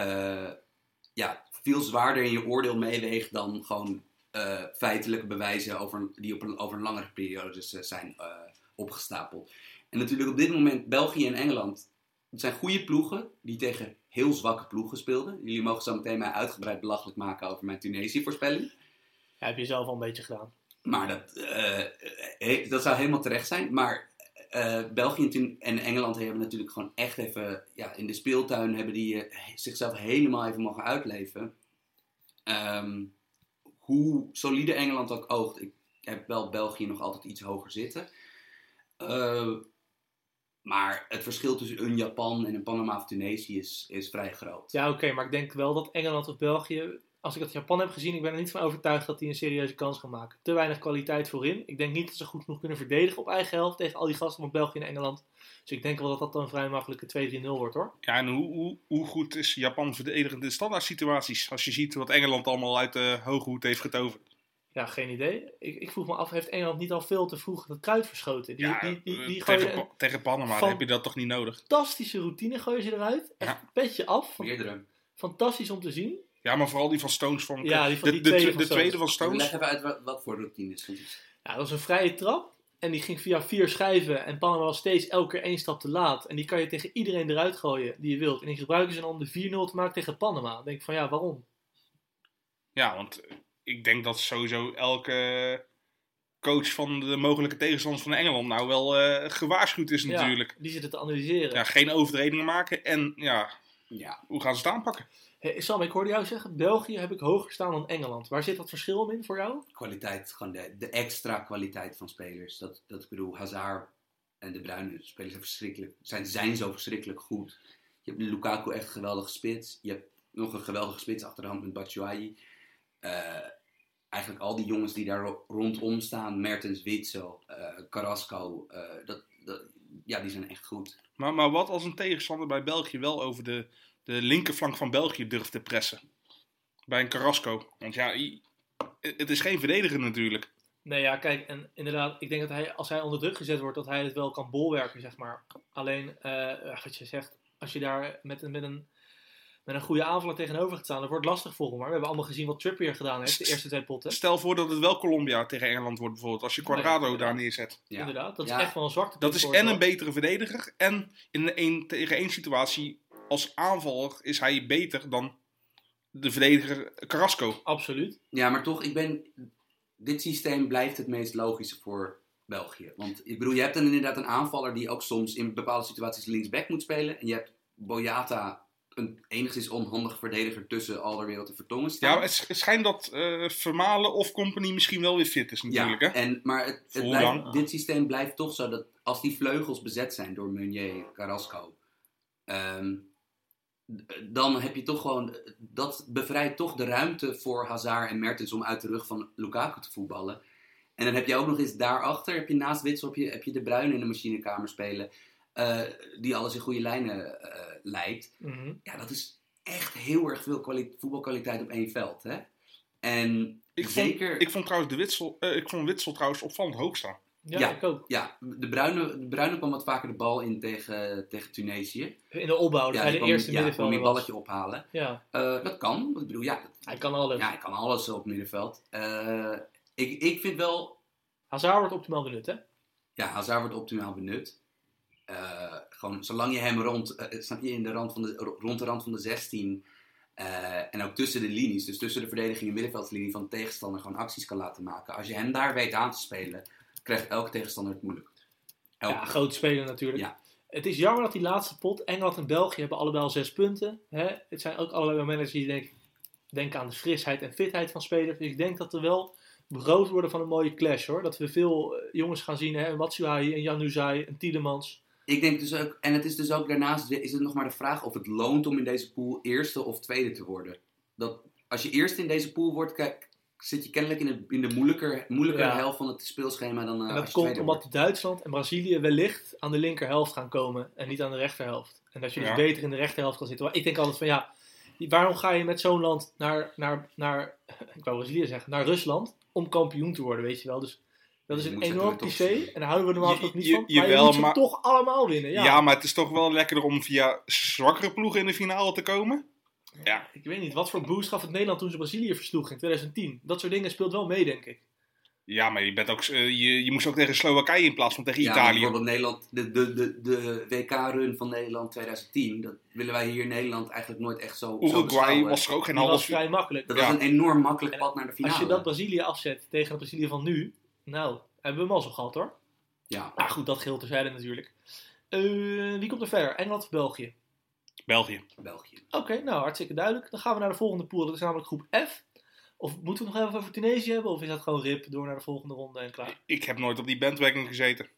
veel zwaarder in je oordeel meeweegt dan gewoon feitelijke bewijzen die over een langere periode zijn opgestapeld. En natuurlijk op dit moment België en Engeland, het zijn goede ploegen die tegen heel zwakke ploegen speelden. Jullie mogen zo meteen mij uitgebreid belachelijk maken over mijn Tunesië-voorspelling. Ja, heb je zelf al een beetje gedaan. Maar dat zou helemaal terecht zijn. Maar België en Engeland hebben natuurlijk gewoon echt even... Ja, in de speeltuin hebben die zichzelf helemaal even mogen uitleven. Hoe solide Engeland ook oogt. Ik heb wel België nog altijd iets hoger zitten. Maar het verschil tussen een Japan en een Panama of Tunesië is vrij groot. Ja, oké, maar ik denk wel dat Engeland of België, als ik dat Japan heb gezien, ik ben er niet van overtuigd dat die een serieuze kans gaan maken. Te weinig kwaliteit voorin. Ik denk niet dat ze goed genoeg kunnen verdedigen op eigen helft tegen al die gasten van België en Engeland. Dus ik denk wel dat dat dan een vrij makkelijke 2-3-0 wordt, hoor. Ja, en hoe goed is Japan verdedigend in standaard situaties? Als je ziet wat Engeland allemaal uit de hoge hoed heeft getoverd. Ja, geen idee. Ik vroeg me af, heeft Engeland niet al veel te vroeg het kruid verschoten? Die gooien een tegen Panama heb je dat toch niet nodig? fantastische routine gooien ze eruit. Echt petje af. Meerdere. Fantastisch om te zien. Ja, maar vooral die van Stones vond ik... Ja, die van die de tweede van Leg Stones. even uit wat voor routines. Ja, dat was een vrije trap. En die ging via 4 schijven. En Panama was steeds elke keer 1 stap te laat. En die kan je tegen iedereen eruit gooien die je wilt. En die gebruiken ze dan om de 4-0 te maken tegen Panama. Dan denk ik van ja, waarom? Ja, want ik denk dat sowieso elke coach van de mogelijke tegenstanders van Engeland nou wel gewaarschuwd is natuurlijk. Ja, die zitten te analyseren. Ja, geen overtredingen maken en ja, hoe gaan ze het aanpakken? Hey, Sam, ik hoorde jou zeggen, België heb ik hoger staan dan Engeland. Waar zit dat verschil in voor jou? Kwaliteit, gewoon de extra kwaliteit van spelers. Dat ik bedoel, Hazard en De Bruyne spelers zijn verschrikkelijk, zijn zo verschrikkelijk goed. Je hebt Lukaku echt een geweldige spits. Je hebt nog een geweldige spits achter de hand met Batshuayi. Eigenlijk al die jongens die daar rondom staan, Mertens, Witsel, Carrasco, die zijn echt goed. Maar wat als een tegenstander bij België wel over de linkerflank van België durft te pressen? Bij een Carrasco. Want ja, het is geen verdediger natuurlijk. Nee, ja, kijk, en inderdaad, ik denk dat hij, als hij onder druk gezet wordt, dat hij het wel kan bolwerken, zeg maar. Alleen, wat je zegt, als je daar met een goede aanvaller tegenover gaat staan, dat wordt lastig voor hem. Maar we hebben allemaal gezien wat Trippier gedaan heeft, de eerste 2 potten. Stel voor dat het wel Colombia tegen Engeland wordt bijvoorbeeld, als je Cuadrado daar neerzet. Ja. Inderdaad, dat is echt wel een zwakte. Dat is en een betere verdediger, en in een 1 tegen 1 situatie als aanvaller is hij beter dan de verdediger Carrasco. Absoluut. Ja, maar toch, dit systeem blijft het meest logische voor België. Want ik bedoel, je hebt dan inderdaad een aanvaller die ook soms in bepaalde situaties linksback moet spelen. En je hebt Boyata, een enigszins onhandige verdediger, tussen Alderweireld en Vertongen staan. Ja, maar het schijnt dat Vermalen of Company misschien wel weer fit is natuurlijk. Ja, hè? Maar dit systeem blijft toch zo dat als die vleugels bezet zijn door Meunier, Carrasco, dan heb je toch gewoon, dat bevrijdt toch de ruimte voor Hazard en Mertens om uit de rug van Lukaku te voetballen. En dan heb je ook nog eens daarachter, heb je naast Witsel, heb je De Bruyne in de machinekamer spelen, die alles in goede lijnen leidt. Mm-hmm. Ja, dat is echt heel erg veel voetbalkwaliteit op één veld. Hè? En Ik vond trouwens Witsel trouwens opvallend hoog staan. Ja, ik ook. Ja, de Bruyne kwam wat vaker de bal in tegen Tunesië. In de opbouw, hij de eerste middenvelder kon een balletje ophalen. Ja. Dat kan. Ik bedoel, hij kan alles. Ja, hij kan alles op het middenveld. Ik vind wel... Hazard wordt optimaal benut, hè? Ja, Hazard wordt optimaal benut. Gewoon, zolang je hem rond de rand van de 16... en ook tussen de linies, dus tussen de verdediging en middenveldslinie van de tegenstander, gewoon acties kan laten maken. Als je hem daar weet aan te spelen, krijgt elke tegenstander het moeilijk. Ja, grote speler natuurlijk. Ja. Het is jammer dat die laatste pot, Engeland en België hebben allebei al 6 punten. Hè? Het zijn ook allebei managers die denken aan de frisheid en fitheid van spelers. Dus ik denk dat er wel beroofd worden van een mooie clash, hoor. Dat we veel jongens gaan zien, hè? Een Batshuayi, een Januzaj, een Tielemans. Ik denk dus ook, en het is dus ook daarnaast, is het nog maar de vraag of het loont om in deze pool eerste of tweede te worden. Als je eerste in deze pool wordt, zit je kennelijk in de moeilijker helft van het speelschema dan en dat komt omdat Duitsland en Brazilië wellicht aan de linkerhelft gaan komen en niet aan de rechterhelft. En dat je dus beter in de rechterhelft kan zitten. Maar ik denk altijd van ja, waarom ga je met zo'n land naar ik wou Brazilië zeggen, naar Rusland om kampioen te worden, weet je wel. Dus dat is een enorm cliché en daar houden we normaal ook niet van. Maar je moet ze toch allemaal winnen. Ja, maar het is toch wel lekkerder om via zwakkere ploegen in de finale te komen? Ja. Ik weet niet, wat voor boost gaf het Nederland toen ze Brazilië versloeg in 2010? Dat soort dingen speelt wel mee, denk ik. Ja, maar je bent ook, je moest ook tegen Slowakije in plaats van tegen Italië. Bijvoorbeeld Nederland, de WK-run van Nederland 2010, dat willen wij hier in Nederland eigenlijk nooit echt zo Uruguay was er ook geen half. Dat was vrij makkelijk. Dat was een enorm makkelijk pad naar de finale. Als je dat Brazilië afzet tegen het Brazilië van nu, nou, hebben we mazzel gehad, hoor. Ja. Maar goed, dat geldt terzijde natuurlijk. Wie komt er verder? Engeland of België? België. Oké, nou, hartstikke duidelijk. Dan gaan we naar de volgende pool. Dat is namelijk groep F. Of moeten we nog even over Tunesië hebben? Of is dat gewoon rip door naar de volgende ronde en klaar? Ik heb nooit op die bandwagon gezeten.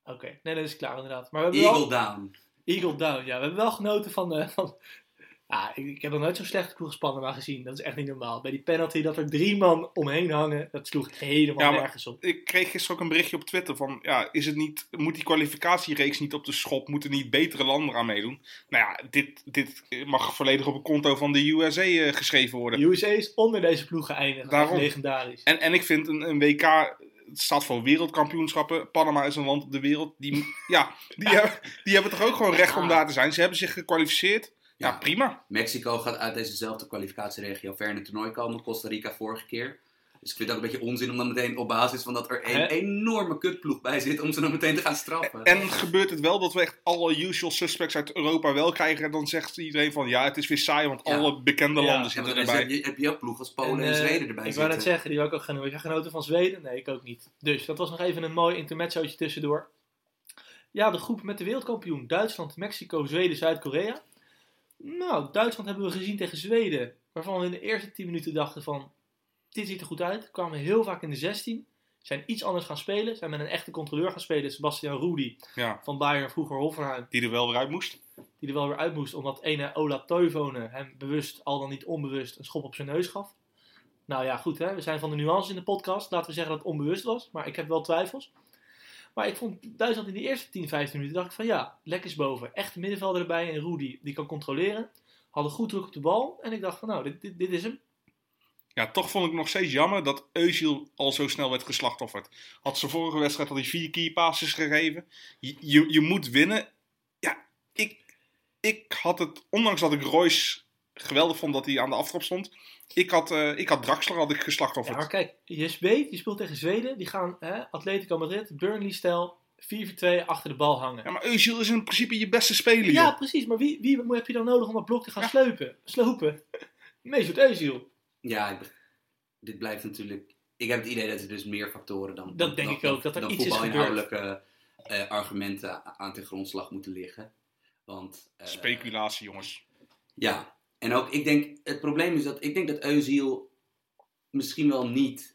Oké. Nee, dat is klaar inderdaad. Maar we hebben Eagle down. Eagle down, ja. We hebben wel genoten van ik heb nog nooit zo'n slechte ploeg als Panama gezien. Dat is echt niet normaal. Bij die penalty dat er 3 man omheen hangen, dat sloeg helemaal nergens op. Ik kreeg gisteren ook een berichtje op Twitter van, moet die kwalificatiereeks niet op de schop? Moeten niet betere landen eraan meedoen? Nou ja, dit mag volledig op een konto van de USA geschreven worden. De USA is onder deze ploeg geëindigd. Daarom. Legendarisch. En ik vind een WK, het staat voor wereldkampioenschappen. Panama is een land op de wereld. Die hebben toch ook gewoon recht om daar te zijn. Ze hebben zich gekwalificeerd. Ja, prima. Mexico gaat uit dezezelfde kwalificatieregio ver in het toernooi komen. Costa Rica vorige keer. Dus ik vind het ook een beetje onzin om dan meteen op basis van dat er een enorme kutploeg bij zit om ze dan meteen te gaan straffen. En gebeurt het wel dat we echt alle usual suspects uit Europa wel krijgen en dan zegt iedereen van het is weer saai, want alle bekende landen zitten erbij. Heb je ook ploeg als Polen en Zweden erbij zitten. Ik wou net zeggen, die wil ik ook genoten. Heb jij genoten van Zweden? Nee, ik ook niet. Dus dat was nog even een mooi intermezzootje tussendoor. Ja, de groep met de wereldkampioen. Duitsland, Mexico, Zweden, Zuid-Korea. Nou, Duitsland hebben we gezien tegen Zweden. Waarvan we in de eerste 10 minuten dachten van, dit ziet er goed uit. Kwamen heel vaak in de 16. Zijn iets anders gaan spelen. Zijn met een echte controleur gaan spelen. Sebastian Rudy van Bayern, vroeger Hoffenheim. Die er wel weer uit moest. Omdat ene Ola Toivonen hem bewust, al dan niet onbewust, een schop op zijn neus gaf. Nou ja, goed hè. We zijn van de nuances in de podcast. Laten we zeggen dat het onbewust was. Maar ik heb wel twijfels. Maar ik vond Duitsland in de eerste 10, 15 minuten, dacht ik van lekker boven. Echte middenvelder erbij en Rudy, die kan controleren. Hadden goed druk op de bal. En ik dacht van dit is hem. Ja, toch vond ik nog steeds jammer dat Özil al zo snel werd geslachtofferd. Had ze vorige wedstrijd al die 4 key passes gegeven. Je moet winnen. Ja, ik had het, ondanks dat ik Royce geweldig vond dat hij aan de aftrap stond. Ik had Draxler geslachtofferd. Ja, maar kijk, je weet, je speelt tegen Zweden. Die gaan Atletico Madrid, Burnley-stijl, 4-4-2 achter de bal hangen. Ja, maar Özil is in principe je beste speler. Ja, joh. precies. Maar wie heb je dan nodig om dat blok te gaan slopen? Meestal Özil. Ja, dit blijft natuurlijk... Ik heb het idee dat er dus meer factoren dan... Dat denk ik ook, dat er iets is gebeurd. voetbalinhoudelijke argumenten aan ten grondslag moeten liggen. Want... Speculatie, jongens. Ja, en ook, het probleem is dat... Ik denk dat Özil misschien wel niet...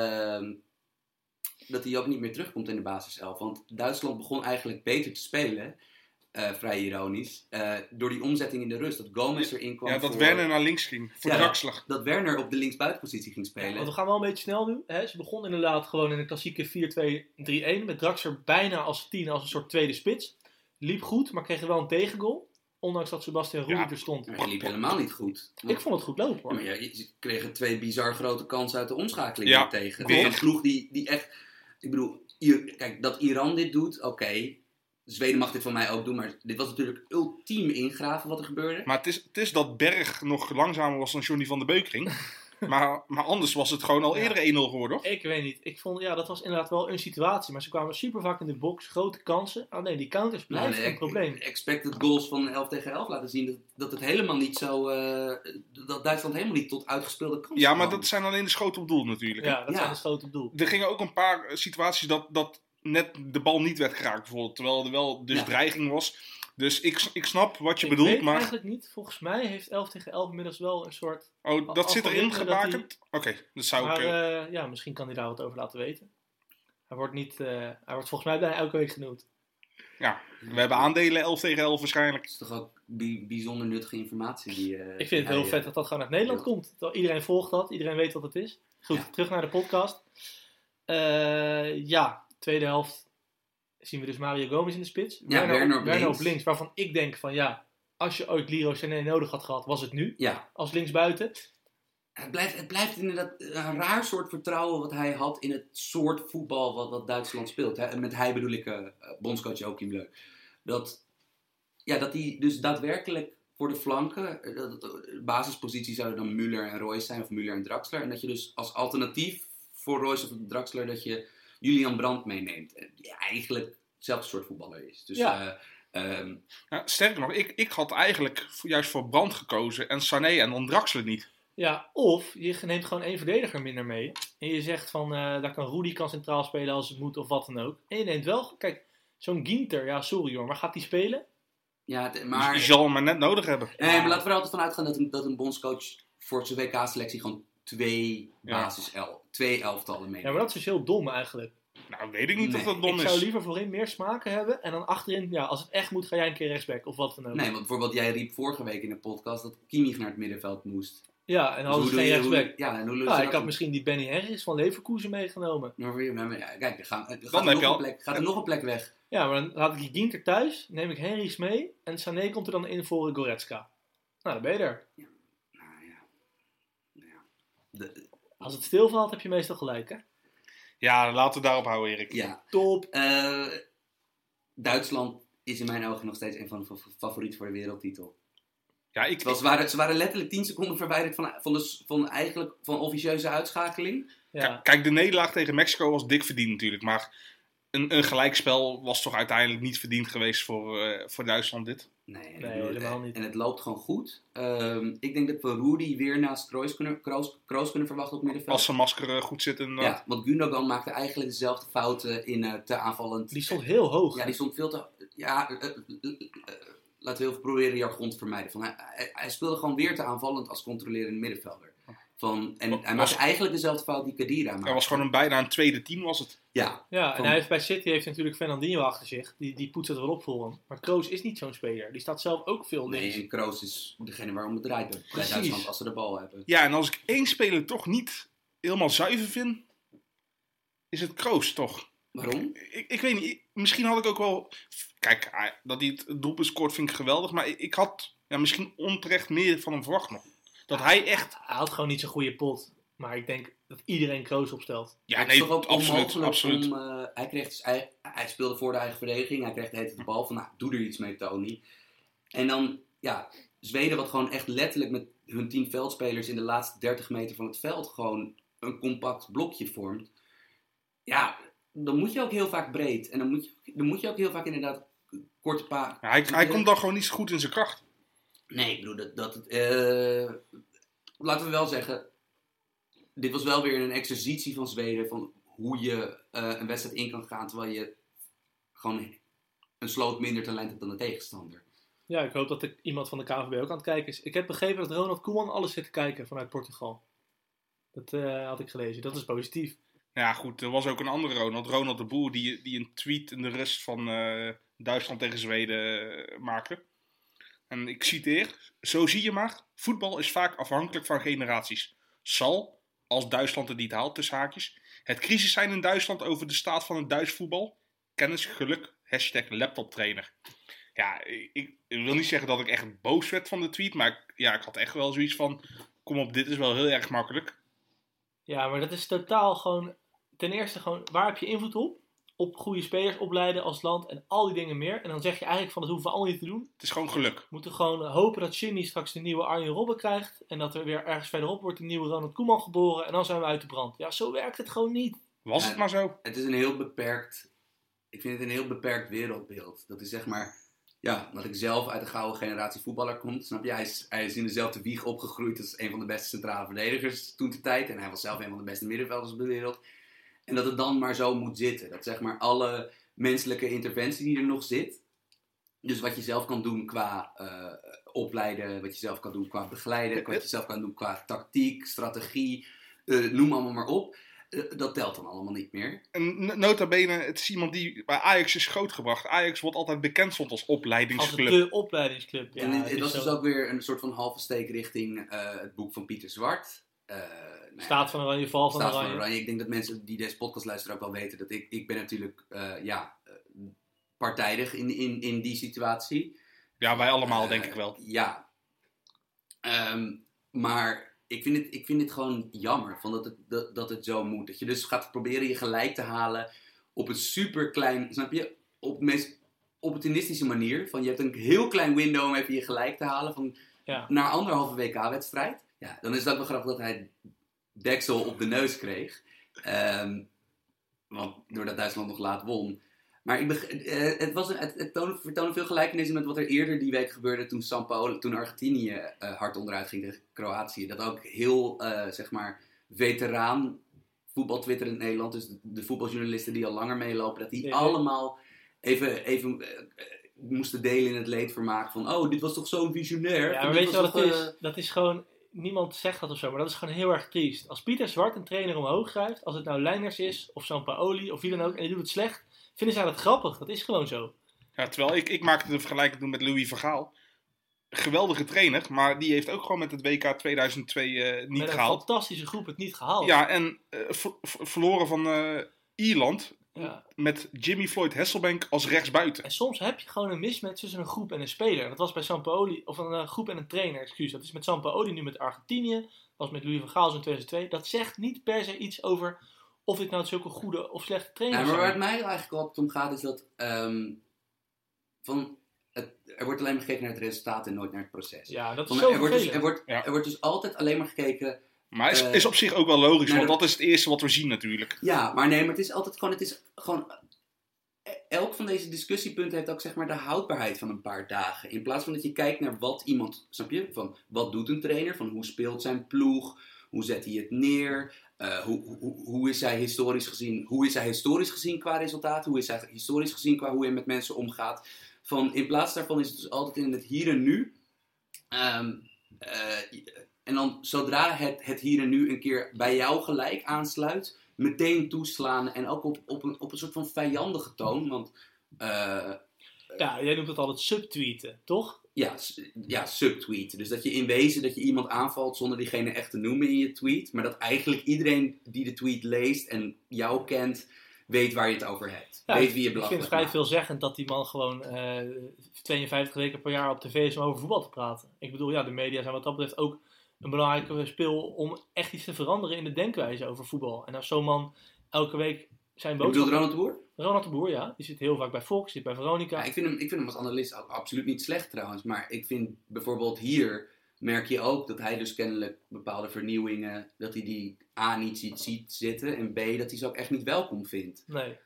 dat hij ook niet meer terugkomt in de basiself. Want Duitsland begon eigenlijk beter te spelen... vrij ironisch. Door die omzetting in de rust. Dat Gomez erin kwam. Ja, dat Werner naar links ging. Voor Draxler. Dat Werner op de linksbuitenpositie ging spelen. Ja, want we gaan wel een beetje snel nu. Hè? Ze begon inderdaad gewoon in een klassieke 4-2-3-1. Met Draxler bijna als 10, als een soort tweede spits. Liep goed, maar kreeg wel een tegengoal. Ondanks dat Sebastian Rudy er stond. Hij liep helemaal niet goed. Ik vond het goed lopen hoor. Ja, maar je kregen 2 bizar grote kansen uit de omschakeling tegen. Weer. Een ploeg die echt... Ik bedoel, kijk, dat Iran dit doet, oké. Zweden mag dit van mij ook doen, maar dit was natuurlijk ultiem ingraven wat er gebeurde. Maar het is dat Berg nog langzamer was dan Johnny van der Beukering. maar anders was het gewoon al eerder 1-0 geworden, hoor. Ik weet niet. Ik vond, dat was inderdaad wel een situatie. Maar ze kwamen super vaak in de box, grote kansen. Oh nee, die counters blijven een probleem. Expected goals van 11 tegen 11 laten zien dat het helemaal niet zo... dat Duitsland helemaal niet tot uitgespeelde kansen kwam. Ja, maar dat zijn alleen de schoten op doel natuurlijk. Ja, dat zijn de schoten op doel. Er gingen ook een paar situaties dat net de bal niet werd geraakt bijvoorbeeld. Terwijl er wel dus dreiging was. Dus ik snap wat je bedoelt. Ik weet maar eigenlijk niet. Volgens mij heeft 11 tegen 11 inmiddels wel een soort... Oh, dat zit erin gebakend? Oké, dat zou ik... misschien kan hij daar wat over laten weten. Hij wordt volgens mij bijna elke week genoemd. Ja, we hebben aandelen 11 tegen 11 waarschijnlijk. Dat is toch ook bijzonder nuttige informatie. Ik vind het heel vet dat dat gewoon uit Nederland komt. Iedereen volgt dat, iedereen weet wat het is. Goed, terug naar de podcast. Tweede helft zien we dus Mario Gomez in de spits. Werner op links, waarvan ik denk van als je ooit Leroy Sané nodig had gehad, was het nu. Ja. Als linksbuiten. Het blijft inderdaad een raar soort vertrouwen wat hij had in het soort voetbal wat Duitsland speelt. Hè? Met hij bedoel ik bondscoach Joachim Löw. Dat hij dus daadwerkelijk voor de flanken, de basispositie zouden dan Müller en Royce zijn, of Müller en Draxler. En dat je dus als alternatief voor Royce of Draxler, dat je Julian Brandt meeneemt. Die eigenlijk hetzelfde soort voetballer is. Dus sterker nog, ik had eigenlijk juist voor Brandt gekozen en Sané en dan Draxler niet. Ja, of je neemt gewoon 1 verdediger minder mee. En je zegt van, daar kan Rudy centraal spelen als het moet of wat dan ook. En je neemt wel, kijk, zo'n Ginter, sorry hoor, maar gaat die spelen? Ja, maar... Je zal hem maar net nodig hebben. Nee, maar laten we er altijd van uitgaan dat een bondscoach voor zijn WK-selectie gewoon 2 elftallen meeneemt. Ja, maar dat is dus heel dom eigenlijk. Nou, weet ik niet of Nee, dat dom Ik is. zou liever voorin meer smaken hebben. En dan achterin, ja, als het echt moet, ga jij een keer rechtsback. Of wat dan ook. Nee, want bijvoorbeeld jij riep vorige week in de podcast dat Kimmich naar het middenveld moest. Ja, en dan hadden ze Dus geen hoe doe je- rechtsback. Ja, en hoe Ja, ik had misschien die Benny Henrichs van Leverkusen meegenomen. Kijk, er gaat Dan er heb nog je een al- plek, gaat er nog een plek weg. Ja, maar dan laat ik die Ginter thuis. Neem ik Henrichs mee. En Sané komt er dan in voor Goretzka. Nou, dan ben je er. Nou ja. Als het stilvalt, heb je meestal gelijk, hè? Ja, laten we daarop houden, Erik. Ja. Top. Duitsland is in mijn ogen nog steeds een van de favorieten voor de wereldtitel. Ja, Terwijl ze waren letterlijk 10 seconden verwijderd van officieuze uitschakeling. Ja. Kijk, de nederlaag tegen Mexico was dik verdiend natuurlijk. Maar een gelijkspel was toch uiteindelijk niet verdiend geweest voor Duitsland dit. Nee, helemaal niet. En het loopt gewoon goed. Ik denk dat we Rudy weer naast Kroos kunnen verwachten op middenveld. Als zijn masker goed zit. Ja, want Gundogan maakte eigenlijk dezelfde fouten in te aanvallend. Die stond heel hoog. Ja, die stond veel te... Ja, laten we even proberen jargon te vermijden. Hij speelde gewoon weer te aanvallend als controlerende middenvelder. Hij maakte eigenlijk dezelfde fout die Khedira maakte. Er was gewoon bijna een tweede team was het. Ja. Ja, en hij heeft bij City heeft natuurlijk Fernandinho achter zich. Die poetst het wel op voor hem. Maar Kroos is niet zo'n speler. Die staat zelf ook veel links. Nee, en Kroos is degene waarom het draait bij Precies. Duitsland als ze de bal hebben. Ja, en als ik één speler toch niet helemaal zuiver vind, is het Kroos toch. Waarom? Ik weet niet, misschien had ik ook wel... Kijk, dat hij het doelpunt scoort vind ik geweldig, maar ik had misschien onterecht meer van hem verwacht nog. Dat hij echt... Hij had gewoon niet zo'n goede pot. Maar ik denk dat iedereen Kroos opstelt. Ja, Het is nee, toch ook absoluut. onmogelijk om, hij speelde voor de eigen verdediging. Hij kreeg de hele tijd de bal van, doe er iets mee, Tony. En dan, Zweden wat gewoon echt letterlijk met hun 10 veldspelers in de laatste 30 meter van het veld gewoon een compact blokje vormt. Ja, dan moet je ook heel vaak breed. En dan moet je ook heel vaak inderdaad korte Ja, hij komt dan gewoon niet zo goed in zijn kracht. Nee, ik bedoel, laten we wel zeggen, dit was wel weer een exercitie van Zweden van hoe je een wedstrijd in kan gaan terwijl je gewoon een sloot minder talent hebt dan de tegenstander. Ja, ik hoop dat iemand van de KNVB ook aan het kijken is. Ik heb begrepen dat Ronald Koeman alles zit te kijken vanuit Portugal. Dat had ik gelezen. Dat is positief. Ja, goed, er was ook een andere Ronald de Boer, die een tweet in de rust van Duitsland tegen Zweden maakte. En ik citeer, zo zie je maar, voetbal is vaak afhankelijk van generaties. Zal, als Duitsland het niet haalt, tussen haakjes, het crisis zijn in Duitsland over de staat van het Duits voetbal? Kennis, geluk, #laptoptrainer. Ja, ik wil niet zeggen dat ik echt boos werd van de tweet, maar ik had echt wel zoiets van, kom op, dit is wel heel erg makkelijk. Ja, maar dat is totaal gewoon... Ten eerste gewoon, waar heb je invloed op? Op goede spelers opleiden als land en al die dingen meer. En dan zeg je eigenlijk van, dat hoeven we allemaal niet te doen. Het is gewoon geluk. We moeten gewoon hopen dat Jimmy straks de nieuwe Arjen Robben krijgt. En dat er weer ergens verderop wordt de nieuwe Ronald Koeman geboren. En dan zijn we uit de brand. Ja, zo werkt het gewoon niet. Was het maar zo? Het is ik vind het een heel beperkt wereldbeeld. Dat is zeg maar, dat ik zelf uit de gouden generatie voetballer kom, snap je? Hij is in dezelfde wieg opgegroeid als een van de beste centrale verdedigers toen de tijd. En hij was zelf een van de beste middenvelders op de wereld. En dat het dan maar zo moet zitten. Dat zeg maar alle menselijke interventie die er nog zit. Dus wat je zelf kan doen qua opleiden, wat je zelf kan doen qua begeleiden, wat je zelf kan doen qua tactiek, strategie, noem allemaal maar op. Dat telt dan allemaal niet meer. En nota bene, het is iemand die bij Ajax is grootgebracht. Ajax wordt altijd bekend stond als Als opleidingsclub. de opleidingsclub. Ja, en het was is dus zo. ook weer een soort van halve steek richting het boek van Pieter Zwart. Staat van Oranje, val van Staat van Oranje. Oranje. Ik denk dat mensen die deze podcast luisteren ook wel weten dat ik ben natuurlijk partijdig in die situatie. Ja, wij allemaal denk ik wel. Ja. Maar ik vind het gewoon jammer dat het zo moet. Dat je dus gaat proberen je gelijk te halen op een super klein, snap je? Op de meest opportunistische manier. Van je hebt een heel klein window om even je gelijk te halen van naar 1,5 WK-wedstrijd. Ja, dan is het ook wel grappig dat hij deksel op de neus kreeg. Want doordat Duitsland nog laat won. Maar het vertoonde veel gelijkenissen met wat er eerder die week gebeurde toen Argentinië hard onderuit ging tegen Kroatië. Dat ook heel, veteraan voetbaltwitter in Nederland, dus de voetbaljournalisten die al langer meelopen, dat die allemaal even moesten delen in het leedvermaak van, dit was toch zo'n visionair. Ja, maar weet je wat het is? Dat is gewoon niemand zegt dat of zo, maar dat is gewoon heel erg triest. Als Pieter Zwart een trainer omhoog schrijft, als het nou Leijners is, of Sampaoli, of wie dan ook, en die doet het slecht, vinden zij dat grappig. Dat is gewoon zo. Ja, terwijl ik maakte de vergelijking toen met Louis van Gaal. Geweldige trainer, maar die heeft ook gewoon met het WK 2002 niet Met een gehaald. fantastische groep het niet gehaald. Ja, en verloren van Ierland Ja. met Jimmy Floyd Hasselbank als rechtsbuiten. En soms heb je gewoon een mismatch tussen een groep en een speler. Dat was bij Sampaoli, of een groep en een trainer, excuus. Dat is met Sampaoli nu met Argentinië. Dat was met Louis van Gaal in 2002. Dat zegt niet per se iets over of dit nou zulke goede of slechte trainers Ja, maar zijn. waar het mij eigenlijk altijd om gaat is dat er wordt alleen maar gekeken naar het resultaat en nooit naar het proces. Ja, dat is Want zo er wordt dus, vervelend. er wordt dus altijd alleen maar gekeken. Maar is op zich ook wel logisch, Nee, want dat is het eerste wat we zien natuurlijk. Ja, maar nee, maar het is altijd gewoon. Elk van deze discussiepunten heeft ook zeg maar de houdbaarheid van een paar dagen. In plaats van dat je kijkt naar wat iemand, snap je? Van wat doet een trainer? Van hoe speelt zijn ploeg? Hoe zet hij het neer? Hoe is hij historisch gezien? Hoe is hij historisch gezien qua resultaat? Hoe is hij historisch gezien qua hoe hij met mensen omgaat? In plaats daarvan is het dus altijd in het hier en nu. En dan zodra het hier en nu een keer bij jou gelijk aansluit, meteen toeslaan en ook op een soort van vijandige toon. Want Ja, jij noemt het altijd subtweeten, toch? ja, subtweet. Dus dat je in wezen dat je iemand aanvalt zonder diegene echt te noemen in je tweet. Maar dat eigenlijk iedereen die de tweet leest en jou kent, weet waar je het over hebt. Ja, weet wie je ik vind belachelijk het vrij maakt. veelzeggend dat die man gewoon 52 weken per jaar op tv is om over voetbal te praten. Ik bedoel, ja, de media zijn wat dat betreft ook een belangrijke speel om echt iets te veranderen in de denkwijze over voetbal. En als zo'n man elke week zijn Ik boodschap... bedoel Ronald de Boer? Ronald de Boer, ja. Die zit heel vaak bij Fox, zit bij Veronica. Ja, ik vind hem als analist absoluut niet slecht trouwens. Maar ik vind bijvoorbeeld hier merk je ook dat hij dus kennelijk bepaalde vernieuwingen, dat hij die A niet ziet zitten en B dat hij ze ook echt niet welkom vindt. Nee.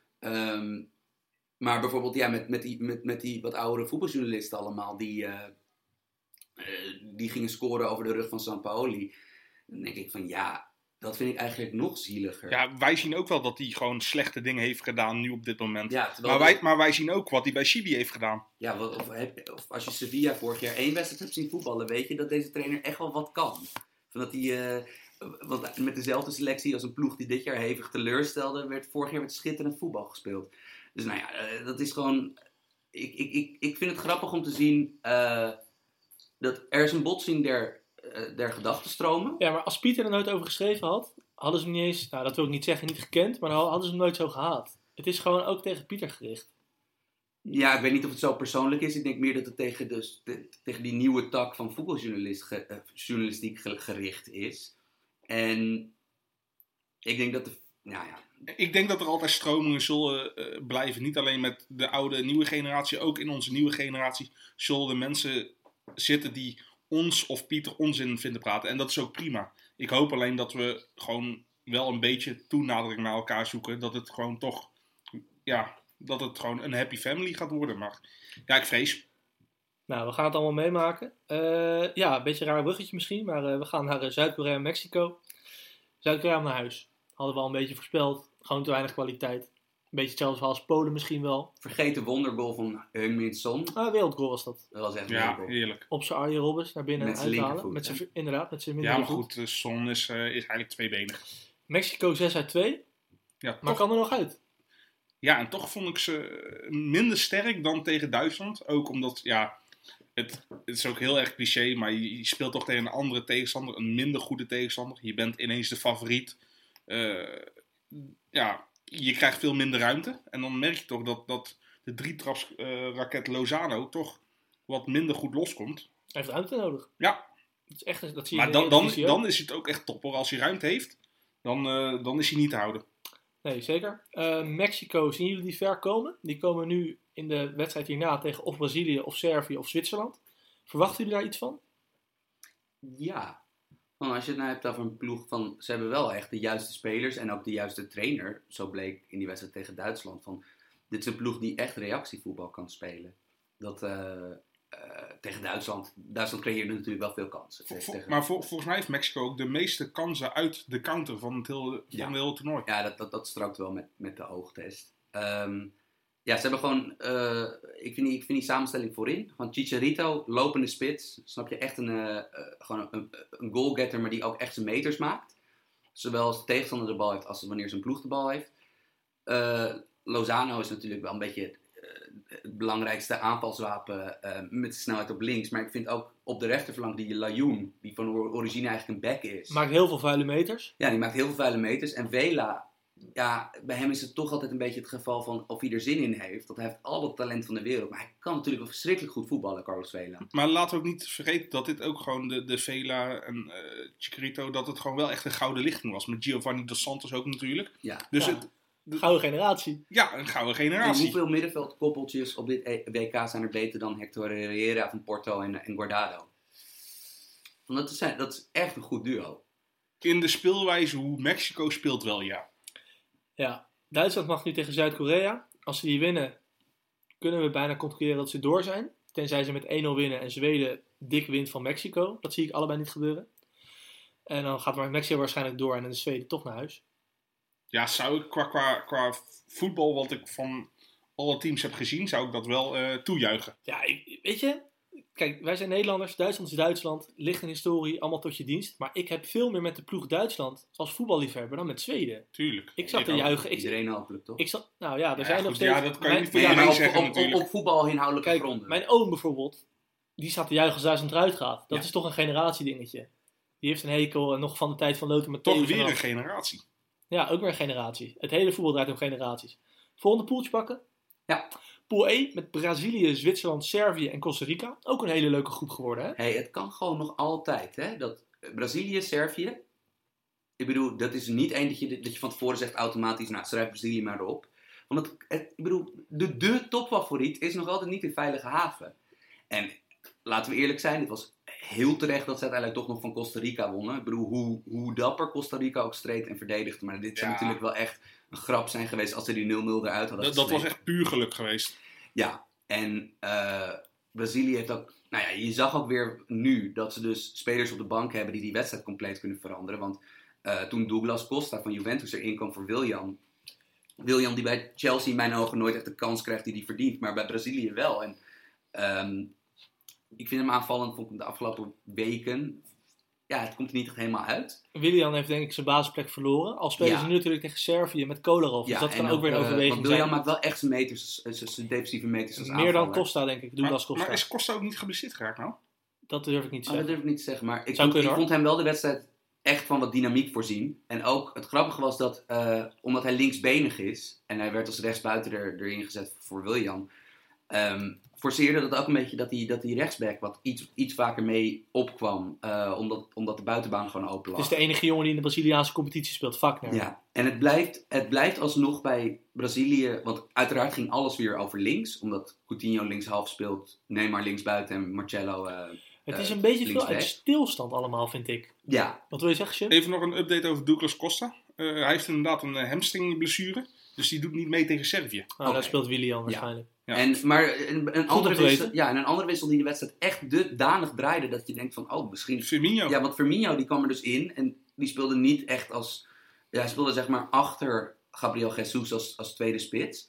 Maar bijvoorbeeld ja, met die wat oudere voetbaljournalisten allemaal die gingen scoren over de rug van Sampaoli. Dan denk ik van ja, dat vind ik eigenlijk nog zieliger. Ja, wij zien ook wel dat hij gewoon slechte dingen heeft gedaan nu op dit moment. Ja, terwijl Maar wij zien ook wat hij bij Chili heeft gedaan. Ja, of als je Sevilla vorig jaar 1 wedstrijd hebt zien voetballen, weet je dat deze trainer echt wel wat kan. Van dat hij, want met dezelfde selectie als een ploeg die dit jaar hevig teleurstelde, werd vorig jaar met schitterend voetbal gespeeld. Dus nou ja, dat is gewoon... Ik vind het grappig om te zien dat er is een botsing der gedachtenstromen. Ja, maar als Pieter er nooit over geschreven had, hadden ze hem niet eens, nou dat wil ik niet zeggen, niet gekend, maar dan hadden ze hem nooit zo gehaat. Het is gewoon ook tegen Pieter gericht. Ja, ik weet niet of het zo persoonlijk is. Ik denk meer dat het tegen die nieuwe tak van voetbaljournalistiek gericht is. En ik denk dat Ik denk dat er altijd stromingen zullen blijven. Niet alleen met de oude en nieuwe generatie. Ook in onze nieuwe generatie zullen er mensen zitten die ons of Pieter onzin vinden praten. En dat is ook prima. Ik hoop alleen dat we gewoon wel een beetje toenadering naar elkaar zoeken. Dat het gewoon toch... Ja, dat het gewoon een happy family gaat worden. Maar ja, ik vrees. Nou, we gaan het allemaal meemaken. Ja, een beetje een raar bruggetje misschien, maar we gaan naar Zuid-Korea en Mexico. Zuid-Korea naar huis. Hadden we al een beetje voorspeld. Gewoon te weinig kwaliteit. Een beetje hetzelfde verhaal als Polen misschien wel. vergeet de wondergoal van Heung-min Son. Wereldgoal was dat. Dat was echt een Ja, wondergoal. heerlijk. Op zijn Arjen Robbers naar binnen Met en zijn uithalen. linkervoet, Inderdaad, met zijn Ja, mindere maar voet. goed, Son is eigenlijk tweebenig. Mexico 6-2. Ja, Maar kan er nog uit? Ja, en toch vond ik ze minder sterk dan tegen Duitsland. Ook omdat, ja, het is ook heel erg cliché, maar je speelt toch tegen een andere tegenstander, een minder goede tegenstander. Je bent ineens de favoriet. Ja, je krijgt veel minder ruimte. En dan merk je toch dat de drietrapsraket Lozano toch wat minder goed loskomt. Hij heeft ruimte nodig. Ja, Dat is echt, dat zie je maar in de Eredivisie ook. dan is het ook echt top hoor. Als hij ruimte heeft, dan is hij niet te houden. Nee, zeker. Mexico, zien jullie die ver komen? Die komen nu in de wedstrijd hierna tegen of Brazilië of Servië of Zwitserland. Verwachten jullie daar iets van? Ja. Want als je het nou hebt over een ploeg van... Ze hebben wel echt de juiste spelers en ook de juiste trainer. Zo bleek in die wedstrijd tegen Duitsland. Dit is een ploeg die echt reactievoetbal kan spelen. Tegen Duitsland... Duitsland creëerde natuurlijk wel veel kansen. Maar volgens mij heeft Mexico ook de meeste kansen uit de counter van het hele toernooi. Ja, dat strookt wel met de oogtest. Ja, ze hebben gewoon... ik vind die samenstelling voorin. Van Chicharito, lopende spits. Snap je? Echt gewoon een goalgetter, maar die ook echt zijn meters maakt. Zowel als de tegenstander de bal heeft, als wanneer zijn ploeg de bal heeft. Lozano is natuurlijk wel een beetje het belangrijkste aanvalswapen met snelheid op links. Maar ik vind ook op de rechterflank die Lajoen, die van origine eigenlijk een back is. Maakt heel veel vuile meters. Ja, die maakt heel veel vuile meters. En Vela, ja, bij hem is het toch altijd een beetje het geval van of hij er zin in heeft. Want hij heeft al het talent van de wereld. Maar hij kan natuurlijk wel verschrikkelijk goed voetballen, Carlos Vela. Maar laten we ook niet vergeten dat dit ook gewoon de Vela en Chicharito, dat het gewoon wel echt een gouden lichting was. Met Giovanni Dos Santos ook natuurlijk. Ja. Dus Ja. Gouden generatie. Ja, een gouden En generatie. hoeveel middenveldkoppeltjes op dit WK zijn er beter dan Hector Herrera van Porto en Guardado? Want dat is echt een goed duo. In de speelwijze hoe Mexico speelt wel, ja. Ja, Duitsland mag nu tegen Zuid-Korea. Als ze die winnen, kunnen we bijna concluderen dat ze door zijn. Tenzij ze met 1-0 winnen en Zweden dik wint van Mexico. Dat zie ik allebei niet gebeuren. En dan gaat Mexico waarschijnlijk door en dan de Zweden toch naar huis. Ja, zou ik qua voetbal, wat ik van alle teams heb gezien, zou ik dat wel toejuichen. Ja, weet je, kijk, wij zijn Nederlanders, Duitsland is Duitsland, ligt een historie, allemaal tot je dienst. Maar ik heb veel meer met de ploeg Duitsland als voetballiefhebber dan met Zweden. Tuurlijk. Ik zat te juichen. Iedereen hopelijk, toch? Nou ja, er Ja, zijn goed, nog steeds... ja, dat kan je niet van Ja, iedereen maar zeggen natuurlijk. op voetbalinhoudelijke Kijk, gronden. mijn oom bijvoorbeeld, die zat te juichen als Duitsland eruit gaat. Dat Ja. is toch een generatiedingetje. Die heeft een hekel en nog van de tijd van Lothar Matthäus. Toch weer vanaf. een generatie. Ja, ook weer een generatie. Het hele voetbal draait om generaties. Volgende poeltje pakken. Ja. Pool E met Brazilië, Zwitserland, Servië en Costa Rica. Ook een hele leuke groep geworden, hè? Hey, het kan gewoon nog altijd, hè? Dat Brazilië, Servië. Ik bedoel, dat is niet één dat je van tevoren zegt automatisch, nou, schrijf Brazilië maar erop. Want ik bedoel, de topfavoriet is nog altijd niet in veilige haven. En laten we eerlijk zijn, het was heel terecht dat ze uiteindelijk toch nog van Costa Rica wonnen. Ik bedoel, hoe dapper Costa Rica ook streed en verdedigde. Maar dit zou natuurlijk wel echt een grap zijn geweest als ze die 0-0 eruit hadden Dat was gesleept. echt puur geluk geweest. Ja, en Brazilië heeft ook... Nou ja, je zag ook weer nu dat ze dus spelers op de bank hebben die wedstrijd compleet kunnen veranderen. Want toen Douglas Costa van Juventus erin kwam voor Willian die bij Chelsea in mijn ogen nooit echt de kans krijgt die hij verdient. Maar bij Brazilië wel. En ik vind hem aanvallend, vond ik hem de afgelopen weken... Ja, het komt er niet echt helemaal uit. Willian heeft denk ik zijn basisplek verloren. Al spelen ze nu natuurlijk tegen Servië met Kolarov. Dus dat kan ook weer een overweging want Willian zijn. maakt wel echt zijn meters, zijn defensieve meters als Meer dan aanvaller. Costa, denk ik. Douglas Costa. Maar is Costa ook niet geblesseerd geraakt nou? Dat durf ik niet te Oh, dat zeggen. durf ik niet te zeggen, maar ik Zou kunnen, vond hem wel de wedstrijd echt van wat dynamiek voorzien. En ook het grappige was dat, omdat hij linksbenig is, en hij werd als rechtsbuiten erin gezet voor Willian, forceerde dat ook een beetje dat die rechtsback wat iets vaker mee opkwam, omdat de buitenbaan gewoon open lag. Het is de enige jongen die in de Braziliaanse competitie speelt, Wagner. Ja, en het blijft alsnog bij Brazilië, want uiteraard ging alles weer over links, omdat Coutinho linkshalf speelt, Neymar linksbuiten en Marcelo Het is een beetje veel linksback. uit stilstand allemaal, vind ik. Ja, Wat wil je zeggen, Jim? Even nog een update over Douglas Costa. Hij heeft inderdaad een hamstringblessure. Dus die doet niet mee tegen Servië. Nou, daar Oké. speelt Willian waarschijnlijk. Ja. Maar een andere te wissel, weten. ja, en een andere wissel die de wedstrijd echt danig draaide, dat je denkt van, oh, misschien... Firmino. Ja, want Firmino die kwam er dus in en die speelde niet echt als... Ja, hij speelde zeg maar achter Gabriel Jesus als tweede spits.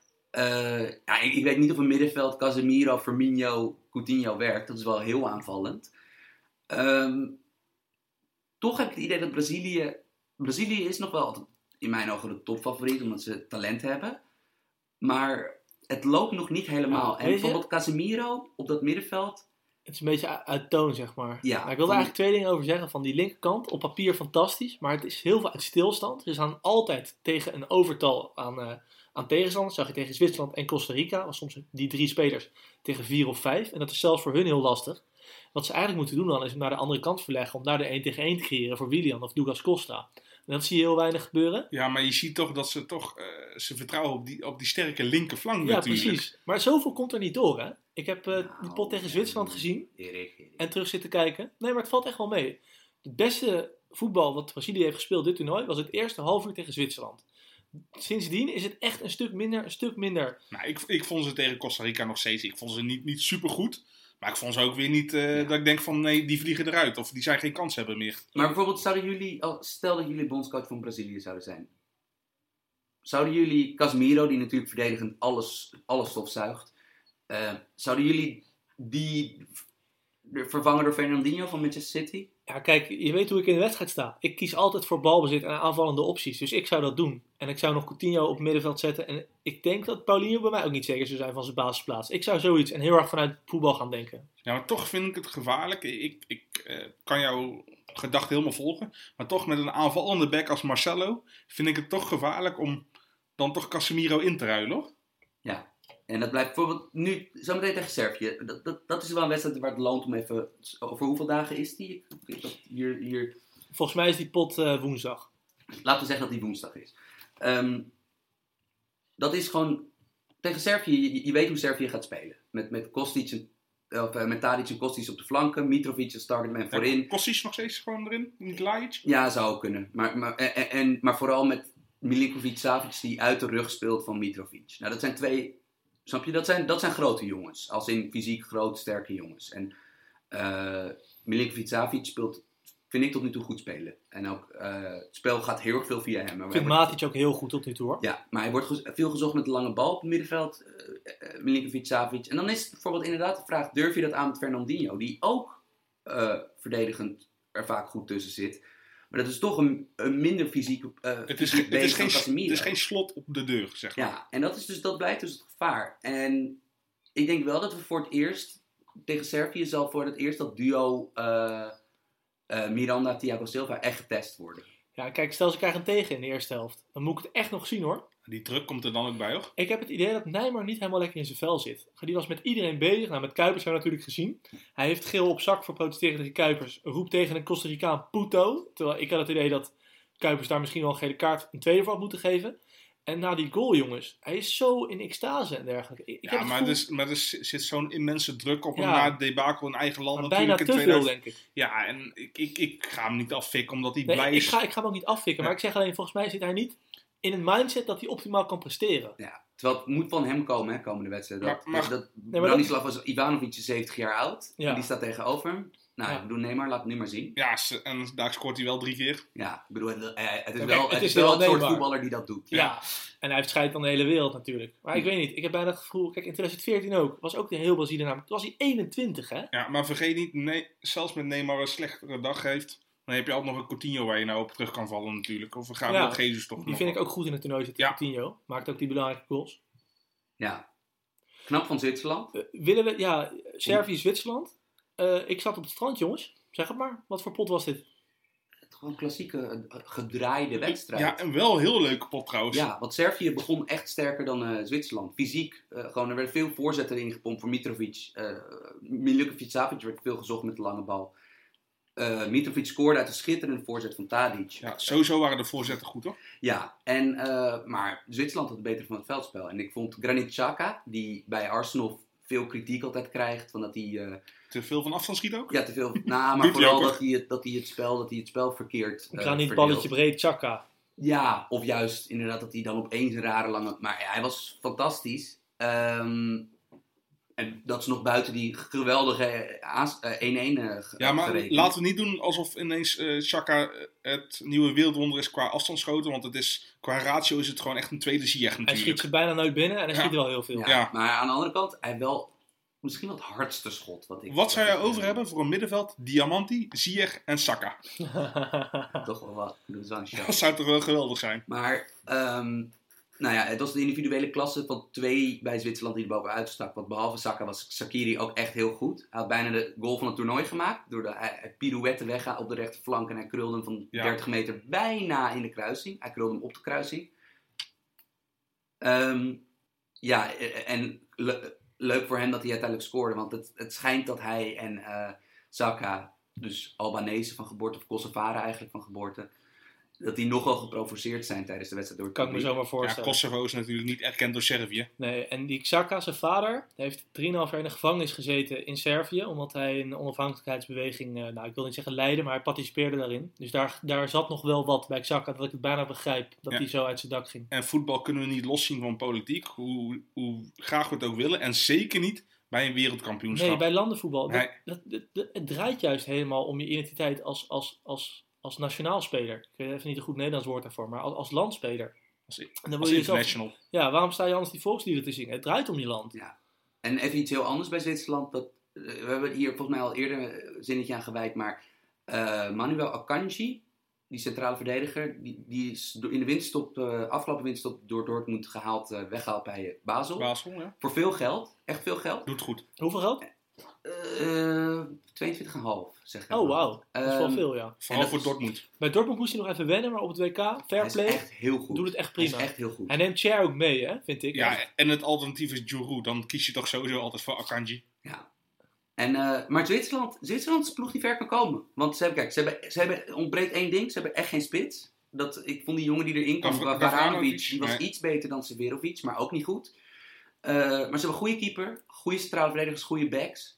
Ja, ik weet niet of een middenveld Casemiro, Firmino, Coutinho werkt. Dat is wel heel aanvallend. Toch heb ik het idee dat Brazilië is nog wel altijd in mijn ogen de topfavoriet, omdat ze talent hebben. Maar het loopt nog niet helemaal. Ja, En weet je? bijvoorbeeld Casemiro op dat middenveld. Het is een beetje uit toon, zeg maar. Ja, Maar ik wilde eigenlijk 2 dingen over zeggen. Van die linkerkant, op papier fantastisch. Maar het is heel veel uit stilstand. Er is altijd tegen een overtal aan tegenstanders. Zag je tegen Zwitserland en Costa Rica. Was soms die 3 spelers tegen 4 of 5. En dat is zelfs voor hun heel lastig. Wat ze eigenlijk moeten doen dan is hem naar de andere kant verleggen. Om daar de 1 tegen 1 te creëren voor Willian of Douglas Costa. En dat zie je heel weinig gebeuren. Ja, maar je ziet toch dat ze ze vertrouwen op die sterke linkerflank Ja, natuurlijk. precies. Maar zoveel komt er niet door, hè. Ik heb die pot tegen Zwitserland gezien. Erik. En terug zitten kijken. Nee, maar het valt echt wel mee. Het beste voetbal wat Brazilië heeft gespeeld dit toernooi was het eerste half uur tegen Zwitserland. Sindsdien is het echt een stuk minder. Nou, ik vond ze tegen Costa Rica nog steeds. Ik vond ze niet supergoed. Maar ik vond ze ook weer niet dat ik denk van nee, die vliegen eruit. Of die zijn geen kans hebben meer. Maar bijvoorbeeld, stel dat jullie bondscoach van Brazilië zouden zijn. zouden jullie, Casemiro, die natuurlijk verdedigend alles stofzuigt, zouden jullie die vervangen door Fernandinho van Manchester City? Ja, kijk, je weet hoe ik in de wedstrijd sta. Ik kies altijd voor balbezit en aanvallende opties. Dus ik zou dat doen. En ik zou nog Coutinho op het middenveld zetten. En ik denk dat Paulinho bij mij ook niet zeker zou zijn van zijn basisplaats. Ik zou zoiets en heel erg vanuit voetbal gaan denken. Ja, maar toch vind ik het gevaarlijk. Ik kan jouw gedachte helemaal volgen. Maar toch met een aanvallende back als Marcelo vind ik het toch gevaarlijk om dan toch Casemiro in te ruilen, hoor. Ja. En dat blijft bijvoorbeeld nu, zometeen tegen Servië. Dat is wel een wedstrijd waar het loont om even... Over hoeveel dagen is die? Hier. Volgens mij is die pot woensdag. Laten we zeggen dat die woensdag is. Dat is gewoon... Tegen Servië, je weet hoe Servië gaat spelen. Met Kostic met Tadic en Kostic op de flanken. Mitrovic als targetman voorin. Ja, Kostic nog steeds gewoon erin? Niet Lajic? Ja, zou ook kunnen. Maar vooral met Milinkovic-Savic die uit de rug speelt van Mitrovic. Nou, dat zijn twee... Snap je? Dat zijn grote jongens. Als in fysiek groot, sterke jongens. En Milinkovic-Savic speelt, vind ik tot nu toe goed spelen. En ook het spel gaat heel erg veel via hem. Ik vind Matic ook heel goed tot nu toe, hoor. Ja, maar hij wordt veel gezocht met de lange bal op het middenveld. Milinkovic-Savic. En dan is het bijvoorbeeld inderdaad de vraag, durf je dat aan met Fernandinho? Die ook verdedigend er vaak goed tussen zit. Maar dat is toch een minder fysiek Het is geen slot op de deur, zeg maar. Ja, en dat blijft dus het gevaar. En ik denk wel dat we voor het eerst, tegen Servië zal voor het eerst dat duo Miranda-Thiago Silva echt getest worden. Ja, kijk, stel ze krijgen hem tegen in de eerste helft. Dan moet ik het echt nog zien, hoor. Die druk komt er dan ook bij, hoor. Ik heb het idee dat Neymar niet helemaal lekker in zijn vel zit. Die was met iedereen bezig. Nou, met Kuipers hebben we natuurlijk gezien. Hij heeft geel op zak voor protesteren tegen Kuipers. Roept tegen een Costa Ricaan Puto. Terwijl ik had het idee dat Kuipers daar misschien wel een gele kaart een tweede voor had moeten geven. En na die goal, jongens. Hij is zo in extase en dergelijke. Maar er zit zo'n immense druk op hem na het debacle in eigen land. Maar natuurlijk bijna te veel, denk ik. Ja, en ik ga hem niet affikken omdat hij blij is. Ik ga hem ook niet affikken. Maar ik zeg alleen, volgens mij zit hij niet in een mindset dat hij optimaal kan presteren. Ja, terwijl het moet van hem komen, hè, komende wedstrijd. Branislav Ivanovic is 70 jaar oud. Ja. En die staat tegenover hem. Nou, ik bedoel, Neymar, laat het nu maar zien. Ja, en daar scoort hij wel 3 keer. Ja, ik bedoel, het is wel wel het soort Neymar. voetballer die dat doet. Ja, en hij heeft scheid aan de hele wereld natuurlijk. Maar ik weet niet, ik heb bijna het gevoel... Kijk, in 2014 ook, was ook heel Brazilië namelijk. Toen was hij 21, hè? Ja, maar vergeet niet, zelfs met Neymar een slechtere dag heeft... Dan heb je altijd nog een Coutinho waar je nou op terug kan vallen natuurlijk. Of we gaan met Jesus toch die nog vind ik ook goed in het toernooi zitten, Coutinho. Maakt ook die belangrijke goals. Ja. Knap van Zwitserland. Willen we... Servië-Zwitserland. Ik zat op het strand, jongens. Zeg het maar. Wat voor pot was dit? Gewoon klassieke gedraaide wedstrijd. Ja, en wel een heel leuke pot trouwens. Ja, want Servië begon echt sterker dan Zwitserland. Fysiek, er werden veel voorzetten erin gepompt voor Mitrovic. Milinkovic-Savic werd veel gezocht met de lange bal. Mitrovic scoorde uit een schitterende voorzet van Tadic. Ja, sowieso waren de voorzetten goed, hoor. Ja, maar Zwitserland had het beter van het veldspel. En ik vond Granit Xhaka, die bij Arsenal veel kritiek altijd krijgt, van dat hij... te veel van afstand schiet ook? Ja, te veel. Maar vooral dat hij het spel verkeerd Graniet balletje breed, Xhaka. Ja, of juist inderdaad dat hij dan opeens een rare lange... Maar ja, hij was fantastisch. En dat is nog buiten die geweldige 1-1 Ja, maar gerekend. laten we niet doen alsof ineens Xhaka het nieuwe wereldwonder is qua afstandsschoten. Want qua ratio is het gewoon echt een tweede Ziyech natuurlijk. Hij schiet ze bijna nooit binnen en hij schiet er wel heel veel. Ja, maar aan de andere kant, hij heeft wel misschien wat hardste schot. Wat zou jij over hebben voor een middenveld? Diamanti, Ziyech en Saka. Toch wel wat. Dat zou toch wel geweldig zijn. Maar... het was de individuele klasse van 2 bij Zwitserland die er bovenuit stak. Want behalve Saka was Shaqiri ook echt heel goed. Hij had bijna de goal van het toernooi gemaakt. Door hij pirouette weggaan op de rechterflank. En hij krulde hem van 30 meter bijna in de kruising. Hij krulde hem op de kruising. Leuk voor hem dat hij uiteindelijk scoorde. Want het schijnt dat hij en Saka, dus Albanese van geboorte, of Kosovaren eigenlijk van geboorte... dat die nogal geprovoceerd zijn tijdens de wedstrijd door het publiek. Kan ik me zo maar voorstellen. Ja, Kosovo is natuurlijk niet erkend door Servië. Nee, en die Xhaka, zijn vader, heeft 3,5 jaar in de gevangenis gezeten in Servië. Omdat hij een onafhankelijkheidsbeweging, ik wil niet zeggen leidde, maar hij participeerde daarin. Dus daar zat nog wel wat bij Xhaka, dat ik het bijna begrijp dat hij zo uit zijn dak ging. En voetbal kunnen we niet loszien van politiek, hoe graag we het ook willen. En zeker niet bij een wereldkampioenschap. Nee, bij landenvoetbal. Nee. Het draait juist helemaal om je identiteit als nationaal speler. Ik weet even niet een goed Nederlands woord daarvoor, maar als landspeler. En dan Als wil je zelf, international. ja, waarom sta je anders die volksliederen te zingen? Het draait om je land. Ja. En even iets heel anders bij Zwitserland. We hebben hier volgens mij al eerder een zinnetje aan gewijd. Maar Manuel Akanji, die centrale verdediger, die is in de winterstop, afgelopen winterstop door Dortmund weggehaald bij Basel. Basel, ja. Voor veel geld. Echt veel geld. Doet goed. Hoeveel geld? 22,5 zeg ik. Oh, wauw. Dat is wel veel, ja. Vooral dat voor is- Dortmund. Bij Dortmund moest hij nog even wennen, maar op het WK, fair Hij is play, echt heel goed. doet het echt Hij is prima. echt heel goed. Hij neemt Cher ook mee, hè, vind ik. Ja, en het alternatief is Giroud. Dan kies je toch sowieso altijd voor Akanji. Ja. En, maar Zwitserland is een ploeg die ver kan komen. Want ontbreekt één ding. Ze hebben echt geen spits. Ik vond die jongen die erin kwam, Gavranovic, die was Nee. iets beter dan Severovic, maar ook niet goed. Maar ze hebben een goede keeper, goede centrale verdedigers, goede backs.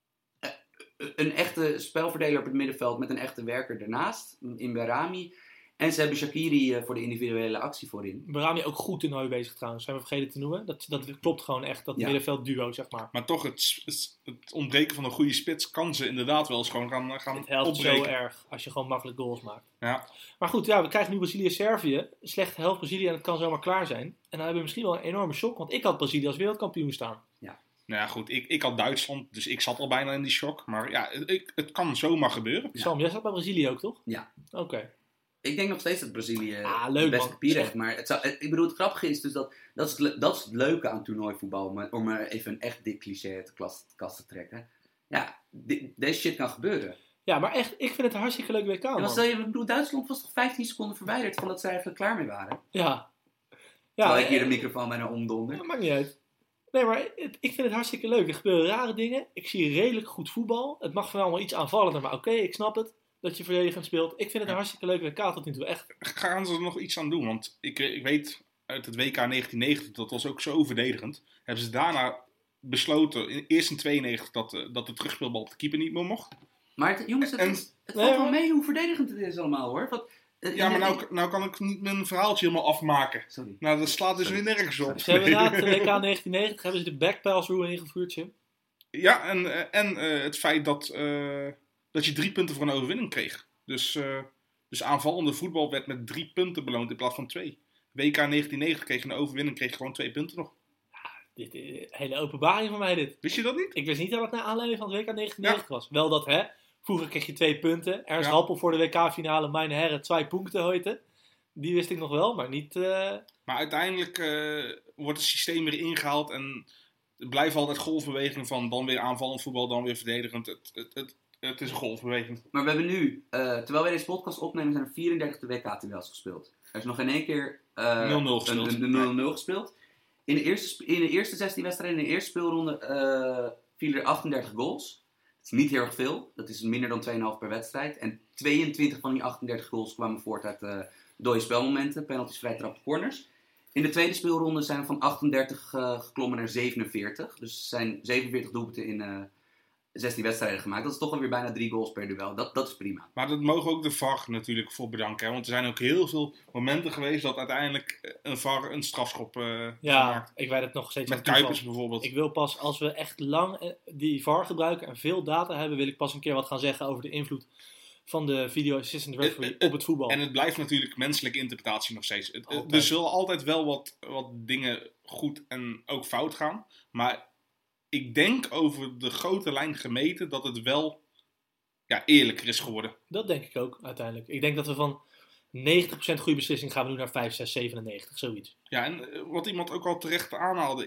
Een echte spelverdeler op het middenveld met een echte werker ernaast, in Berami. En ze hebben Shaqiri voor de individuele actie voorin. Berami ook goed toernooi bezig trouwens, zijn we vergeten te noemen. Dat klopt gewoon echt, dat Ja. middenveldduo, zeg maar. Maar toch, het ontbreken van een goede spits kan ze inderdaad wel eens gewoon gaan Het helpt opbreken. zo erg als je gewoon makkelijk goals maakt. Ja. Maar goed, ja, we krijgen nu Brazilië-Servië. Slechte helft Brazilië en het kan zomaar klaar zijn. En dan hebben we misschien wel een enorme shock, want ik had Brazilië als wereldkampioen staan. Nou ja, goed. Ik had Duitsland, dus ik zat al bijna in die shock. Maar ja, het kan zomaar gebeuren. Ja. Sam, jij zat bij Brazilië ook, toch? Ja. Oké. Ik denk nog steeds dat Brazilië Leuk, het beste man. papier heeft. Maar ik bedoel, het grappige is dus dat is het leuke aan toernooivoetbal. Om even een echt dik cliché uit de kast te trekken. Ja, deze shit kan gebeuren. Ja, maar echt, ik vind het een hartstikke leuk WK, Ja, man. maar stel je, ik bedoel, Duitsland was toch 15 seconden verwijderd van dat ze eigenlijk klaar mee waren. Ja. Terwijl ik hier de microfoon bijna omdonder. Dat maakt niet uit. Nee, maar ik vind het hartstikke leuk. Er gebeuren rare dingen. Ik zie redelijk goed voetbal. Het mag van allemaal iets aanvallender, maar oké, ik snap het. Dat je verdedigend speelt. Ik vind het een hartstikke leuk WK tot nu toe. Echt. Gaan ze er nog iets aan doen? Want ik weet uit het WK 1990, dat was ook zo verdedigend. Hebben ze daarna besloten, eerst in 92, dat de terugspeelbal op de keeper niet meer mocht. Maar jongens, het valt wel mee hoe verdedigend het is allemaal, hoor. Ja, maar nou kan ik niet mijn verhaaltje helemaal afmaken. Sorry. Nou, dat slaat dus weer nergens op. Ze hebben na het WK 1990 hebben ze de backpass rule ingevoerd, Jim. Ja, en het feit dat je 3 punten voor een overwinning kreeg. Dus aanvallende voetbal werd met 3 punten beloond in plaats van 2. WK 1990 kreeg je een overwinning, kreeg je gewoon 2 punten nog. Dit is een hele openbaring van mij, dit. Wist je dat niet? Ik wist niet dat het naar aanleiding van het WK 1990 was. Wel dat, hè. Vroeger kreeg je 2 punten. Ernst Happel voor de WK-finale, mijn heren, 2 punten heute. Die wist ik nog wel, maar niet... Maar uiteindelijk wordt het systeem weer ingehaald en het blijft altijd golfbeweging van dan weer aanvallend voetbal, dan weer verdedigend. Het is een golfbeweging. Maar we hebben nu, terwijl wij deze podcast opnemen, zijn er 34 WK-duels gespeeld. Er is nog geen één keer 0-0 gespeeld. een 0-0 gespeeld. In de eerste 16 wedstrijden, in de eerste speelronde, vielen er 38 goals. Dat is niet heel erg veel. Dat is minder dan 2,5 per wedstrijd. En 22 van die 38 goals kwamen voort uit dode spelmomenten, penalties, vrij trappen, corners. In de tweede speelronde zijn we van 38 geklommen naar 47. Dus er zijn 47 doelpunten in 16 wedstrijden gemaakt. Dat is toch alweer bijna 3 goals per duel. Dat is prima. Maar dat mogen ook de VAR natuurlijk voor bedanken. Hè? Want er zijn ook heel veel momenten geweest dat uiteindelijk een VAR een strafschop gemaakt. Ik weet het nog steeds Met aan toeval. Kuipers bijvoorbeeld. Ik wil pas, als we echt lang die VAR gebruiken en veel data hebben, wil ik pas een keer wat gaan zeggen over de invloed van de video assistant referee op het voetbal. En het blijft natuurlijk menselijke interpretatie nog steeds. Altijd. Er zullen altijd wel wat dingen goed en ook fout gaan. Maar ik denk over de grote lijn gemeten dat het wel eerlijker is geworden. Dat denk ik ook, uiteindelijk. Ik denk dat we van 90% goede beslissing gaan we nu naar 5, 6, 97, zoiets. Ja, en wat iemand ook al terecht aanhaalde.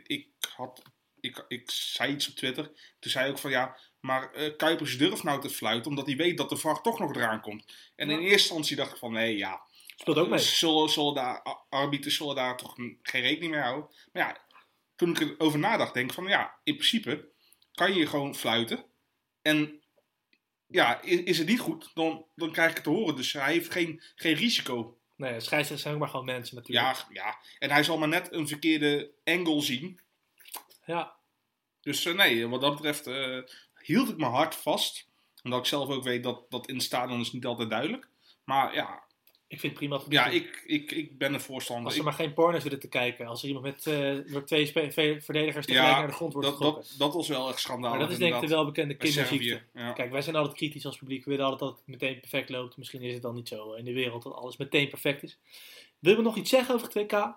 Ik zei iets op Twitter. Toen zei ik ook van maar Kuipers durft nou te fluiten omdat hij weet dat de VAR toch nog eraan komt. En in eerste instantie dacht ik van Speelt ook mee. Arbiters zullen daar toch geen rekening mee houden. Maar ja, toen ik erover nadacht, denk ik van in principe kan je gewoon fluiten. En is het niet goed, dan krijg ik het te horen. Dus hij heeft geen risico. Nee, scheidsrechters zijn ook maar gewoon mensen natuurlijk. Ja. En hij zal maar net een verkeerde angle zien. Ja. Dus wat dat betreft hield ik mijn hart vast. Omdat ik zelf ook weet dat in het stadion is niet altijd duidelijk. Maar Ik vind het prima. ik ben een voorstander. Als ze maar geen porno zitten te kijken. Als er iemand met door 2 verdedigers tegelijk naar de grond wordt getrokken. Dat was wel echt schandalig. Maar dat is denk ik de welbekende bij kinderziekte. Servië, ja. Kijk, wij zijn altijd kritisch als publiek. We willen altijd dat het meteen perfect loopt. Misschien is het dan niet zo in de wereld dat alles meteen perfect is. Wil je nog iets zeggen over het WK?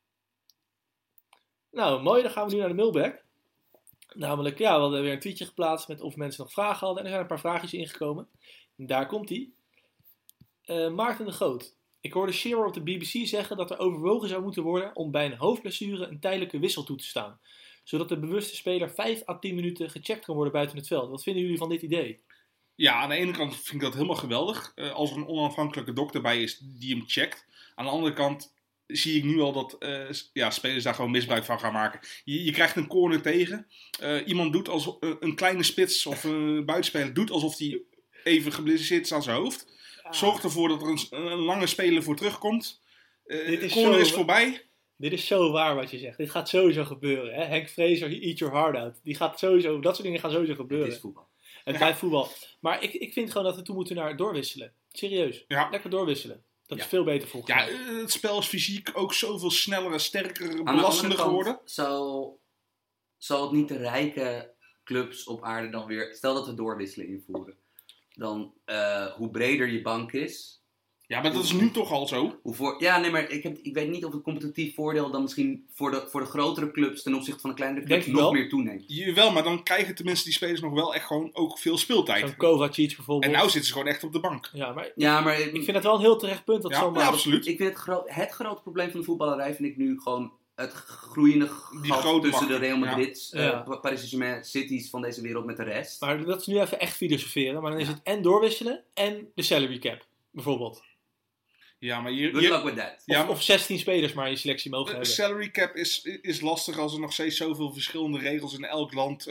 Nou, mooi. Dan gaan we nu naar de mailbag. Namelijk, ja, we hadden weer een tweetje geplaatst met of mensen nog vragen hadden. En er zijn een paar vraagjes ingekomen. En daar komt ie. Maarten de Groot. Ik hoorde Shearer op de BBC zeggen dat er overwogen zou moeten worden om bij een hoofdblessure een tijdelijke wissel toe te staan. Zodat de bewuste speler 5 à 10 minuten gecheckt kan worden buiten het veld. Wat vinden jullie van dit idee? Ja, aan de ene kant vind ik dat helemaal geweldig. Als er een onafhankelijke dokter bij is die hem checkt. Aan de andere kant zie ik nu al dat spelers daar gewoon misbruik van gaan maken. Je krijgt een corner tegen. Iemand doet als een kleine spits of een buitenspeler doet alsof hij even geblesseerd is aan zijn hoofd. Zorgt ervoor dat er een lange speler voor terugkomt. De corner is voorbij. Dit is zo waar wat je zegt. Dit gaat sowieso gebeuren. Hè? Henk Fraser, eat your heart out. Dat soort dingen gaan sowieso gebeuren. Het is voetbal. Het blijft voetbal. Maar ik vind gewoon dat we toe moeten naar doorwisselen. Serieus. Ja. Lekker doorwisselen. Dat is veel beter volgens mij. Ja, het spel is fysiek ook zoveel sneller en sterker, belastender geworden. Zal het niet de rijke clubs op aarde dan weer... Stel dat we doorwisselen invoeren. Dan hoe breder je bank is... Ja, maar dat is nu toch al zo. Maar ik weet niet of het competitief voordeel dan misschien voor de grotere clubs ten opzichte van de kleinere clubs Denk ik nog wel. meer toeneemt. Jawel, maar dan krijgen tenminste die spelers nog wel echt gewoon ook veel speeltijd. Zo'n Kovacic bijvoorbeeld. En nou zitten ze gewoon echt op de bank. Ja, maar ik vind het wel een heel terecht punt. Dat Ja, zomaar... ja, absoluut. Ik vind het grote probleem van de voetballerij vind ik nu gewoon het groeiende gat grote tussen de macht. Real Madrid's, Ja. Paris Saint-Germain, Cities van deze wereld met de rest. Maar dat is nu even echt filosoferen. Maar dan is het en doorwisselen en de salary cap. Bijvoorbeeld. Ja, maar Good luck with that. Of 16 spelers maar in je selectie mogen de hebben. salary cap is lastig als er nog steeds zoveel verschillende regels in elk land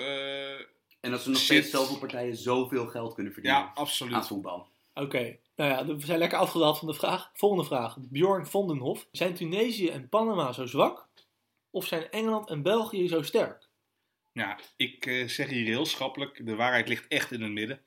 En als er nog steeds zoveel partijen zoveel geld kunnen verdienen Ja, absoluut. aan voetbal. Oké. Nou ja, we zijn lekker afgedwaald van de vraag. Volgende vraag. Bjorn Vondenhof. Zijn Tunesië en Panama zo zwak? Of zijn Engeland en België zo sterk? Ja, ik zeg hier heel schappelijk, de waarheid ligt echt in het midden.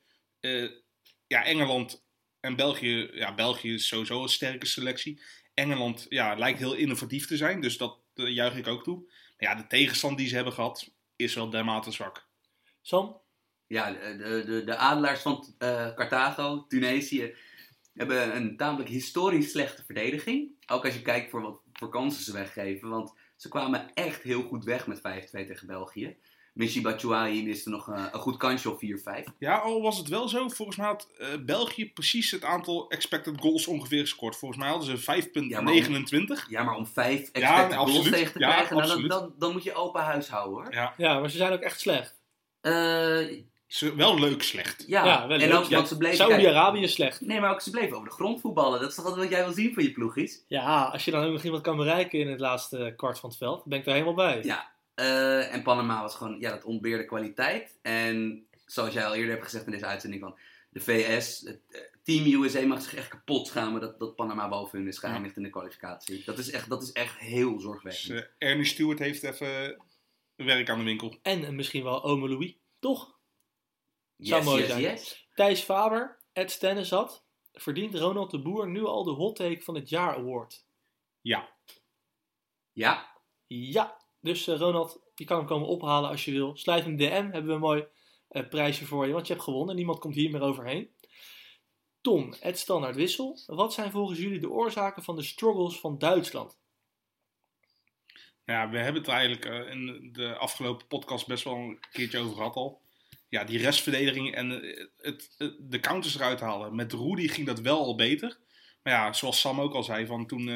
Engeland en België, België is sowieso een sterke selectie. Engeland lijkt heel innovatief te zijn, dus dat juich ik ook toe. Maar ja, de tegenstand die ze hebben gehad, is wel dermate zwak. Sam? Ja, de adelaars van Carthago, Tunesië, hebben een tamelijk historisch slechte verdediging. Ook als je kijkt voor wat voor kansen ze weggeven. Want ze kwamen echt heel goed weg met 5-2 tegen België. Michy Batshuayi miste nog een goed kansje op 4-5. Ja, al was het wel zo. Volgens mij had België precies het aantal expected goals ongeveer gescoord. Volgens mij hadden ze 5,29. Ja, maar om 5 expected goals tegen te krijgen, dan moet je open huis houden hoor. Ja, maar ze zijn ook echt slecht. Wel leuk slecht. Ja, wel en leuk. ook want ze bleven... Saudi-Arabië is slecht. Nee, maar ook ze bleven over de grond voetballen. Dat is toch wat jij wil zien van je ploegjes? Ja, als je dan ook nog iemand kan bereiken in het laatste kwart van het veld, ben ik daar helemaal bij. Ja, en Panama was gewoon dat ontbeerde kwaliteit. En zoals jij al eerder hebt gezegd in deze uitzending van de VS, Team USA mag zich echt kapot schamen dat Panama boven hun is geëindigd in de kwalificatie. Dat is echt heel zorgwekkend. Dus, Ernie Stewart heeft even werk aan de winkel. En misschien wel Ome Louis, toch? Zou mooi zijn. Thijs Faber, Ed Stennezat. Verdient Ronald de Boer nu al de Hot Take van het Jaar Award? Ja. Ja? Ja. Dus Ronald, je kan hem komen ophalen als je wil. Sluit een DM, hebben we een mooi prijsje voor je. Want je hebt gewonnen, niemand komt hier meer overheen. Tom, Ed Standaard Wissel. Wat zijn volgens jullie de oorzaken van de struggles van Duitsland? Ja, we hebben het eigenlijk in de afgelopen podcast best wel een keertje over gehad al. Ja, die restverdediging en de counters eruit halen. Met Rudy ging dat wel al beter. Maar ja, zoals Sam ook al zei, van toen...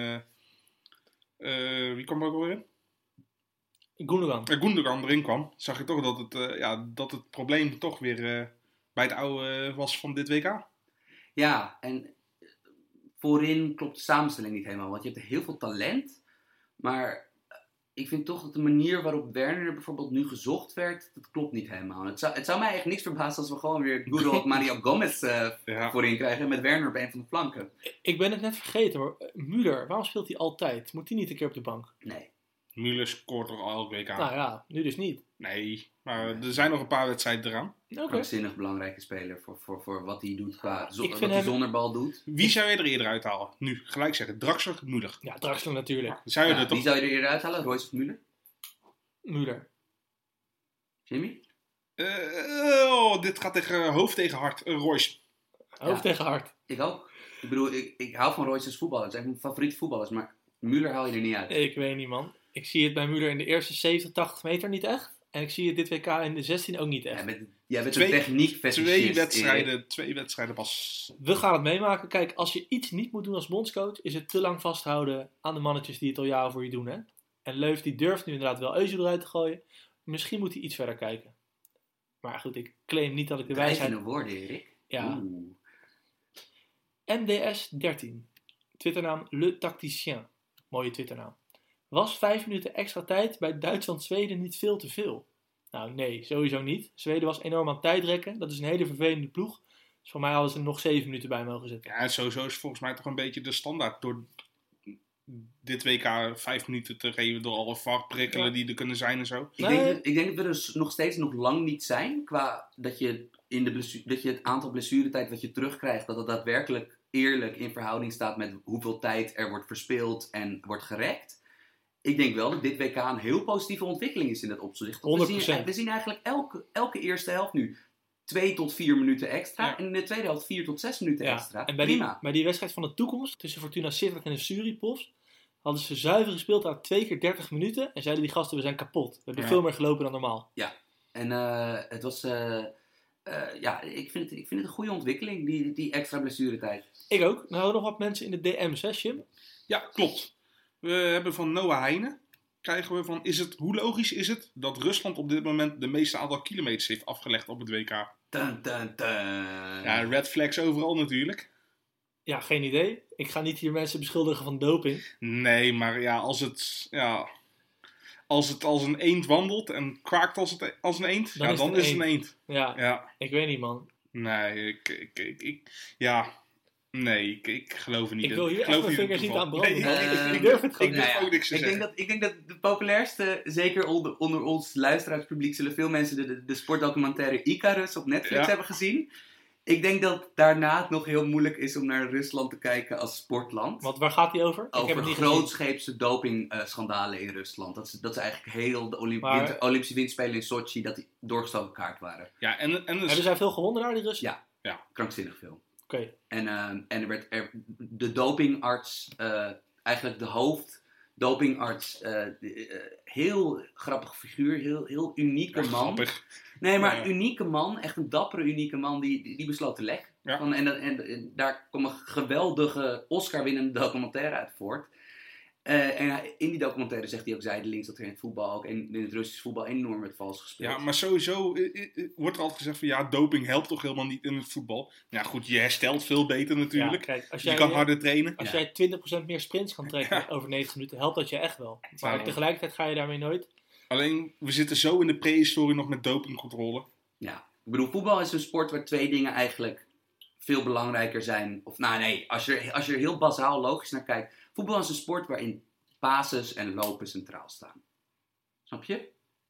wie kwam er ook alweer in? Gundogan erin kwam, zag je toch dat het probleem toch weer bij het oude was van dit WK. Ja, en voorin klopt de samenstelling niet helemaal. Want je hebt heel veel talent, maar... Ik vind toch dat de manier waarop Werner bijvoorbeeld nu gezocht werd, dat klopt niet helemaal. Het zou mij eigenlijk niks verbazen als we gewoon weer good old Mario Gomez voorin krijgen met Werner op een van de flanken. Ik ben het net vergeten, maar Müller, waarom speelt hij altijd? Moet hij niet een keer op de bank? Nee. Müller scoort toch al elk WK? Nou ja, nu dus niet. Nee, maar er zijn nog een paar wedstrijden eraan. Krankzinnig belangrijke speler voor wat hij doet wat hij hij zonder bal doet. Wie zou je er eerder uithalen? Nu, gelijk zeggen. Draxler, Müller. Ja, Draxler natuurlijk. Zou je Wie zou je er eerder uithalen? Royce of Müller? Müller. Jimmy? Dit gaat hoofd tegen hart. Royce. Hoofd tegen hart. Ik ook. Ik bedoel, ik hou van Royce als voetballer. Het zijn mijn favoriete voetballers. Maar Müller haal je er niet uit. Ik weet niet, man. Ik zie het bij Müller in de eerste 70, 80 meter niet echt. En ik zie het dit WK in de 16 ook niet echt. Jij bent een techniek-fetischist. Twee wedstrijden pas. We gaan het meemaken. Kijk, als je iets niet moet doen als bondscoach, is het te lang vasthouden aan de mannetjes die het al jaren voor je doen. Hè? En Leuf die durft nu inderdaad wel Özil eruit te gooien. Misschien moet hij iets verder kijken. Maar goed, ik claim niet dat ik de wijsheid... Drijvende woorden, Erik. Ja. MDS13. Twitternaam Le Tacticien. Mooie Twitternaam. Was 5 minuten extra tijd bij Duitsland-Zweden niet veel te veel? Nou nee, sowieso niet. Zweden was enorm aan tijdrekken. Dat is een hele vervelende ploeg. Dus voor mij hadden ze er nog 7 minuten bij mogen zitten. Ja, en sowieso is volgens mij toch een beetje de standaard. Door dit WK 5 minuten te geven door alle VAR-prikkelen die er kunnen zijn en zo. Ik denk dat we er nog steeds nog lang niet zijn. Qua dat je, dat je het aantal blessuretijd wat je terugkrijgt, dat het daadwerkelijk eerlijk in verhouding staat met hoeveel tijd er wordt verspeeld en wordt gerekt. Ik denk wel dat dit WK een heel positieve ontwikkeling is in dat opzicht. 100%. We zien eigenlijk elke eerste helft nu 2 tot 4 minuten extra. Ja. En in de tweede helft 4 tot 6 minuten extra. En Prima. bij die wedstrijd van de toekomst tussen Fortuna Sittard en de Suripovs hadden ze zuiver gespeeld aan 2 keer 30 minuten. En zeiden die gasten, we zijn kapot. We hebben veel meer gelopen dan normaal. Ja, en het was... ik vind het een goede ontwikkeling, die extra blessuretijd. Ik ook. Nou hadden nog wat mensen in de DM's, hè, Jim? Ja, klopt. We hebben van Noah Heijnen, krijgen we van, hoe logisch is het dat Rusland op dit moment de meeste aantal kilometers heeft afgelegd op het WK? Dun, dun, dun. Ja, red flags overal natuurlijk. Ja, geen idee. Ik ga niet hier mensen beschuldigen van doping. Nee, maar ja, als het als een eend wandelt en kwaakt als een eend, dan is het een eend. Ja, ik weet niet, man. Nee, ik geloof er niet in. Ik wil hier echt mijn vingers niet aan branden. Nee, ik durf het gewoon niet. Ik denk dat de populairste, zeker onder ons luisteraarspubliek, zullen veel mensen de sportdocumentaire Icarus op Netflix hebben gezien. Ik denk dat daarna het nog heel moeilijk is om naar Rusland te kijken als sportland. Want waar gaat die over? Over grootscheepse doping-schandalen in Rusland. Dat is eigenlijk heel de Olympische Winterspelen in Sochi, dat die doorgestoken kaart waren. Ja, en dus... Hebben zij veel gewonnen daar, die Russen? Ja. Krankzinnig veel. Oké. En er werd de dopingarts, eigenlijk de hoofddopingarts, heel grappige figuur, heel unieke man. Grappig. Nee, maar unieke man, echt een dappere unieke man, die besloot te lek. Ja. En daar kwam een geweldige Oscar-winnende documentaire uit voort. En in die documentaire zegt hij ook zijdelings dat er in het voetbal ook in het Russisch voetbal enorm werd vals gespeeld. Ja, maar sowieso wordt er altijd gezegd van ja, doping helpt toch helemaal niet in het voetbal. Ja goed, je herstelt veel beter natuurlijk. Ja, kijk, je kan harder trainen. Als jij 20% meer sprints kan trekken over 90 minuten, helpt dat je echt wel. Maar tegelijkertijd ga je daarmee nooit. Alleen, we zitten zo in de prehistorie nog met dopingcontrole. Ja, ik bedoel, voetbal is een sport waar 2 dingen eigenlijk veel belangrijker zijn. Of nou nee, als je er heel bazaal logisch naar kijkt. Voetbal is een sport waarin basis en lopen centraal staan. Snap je?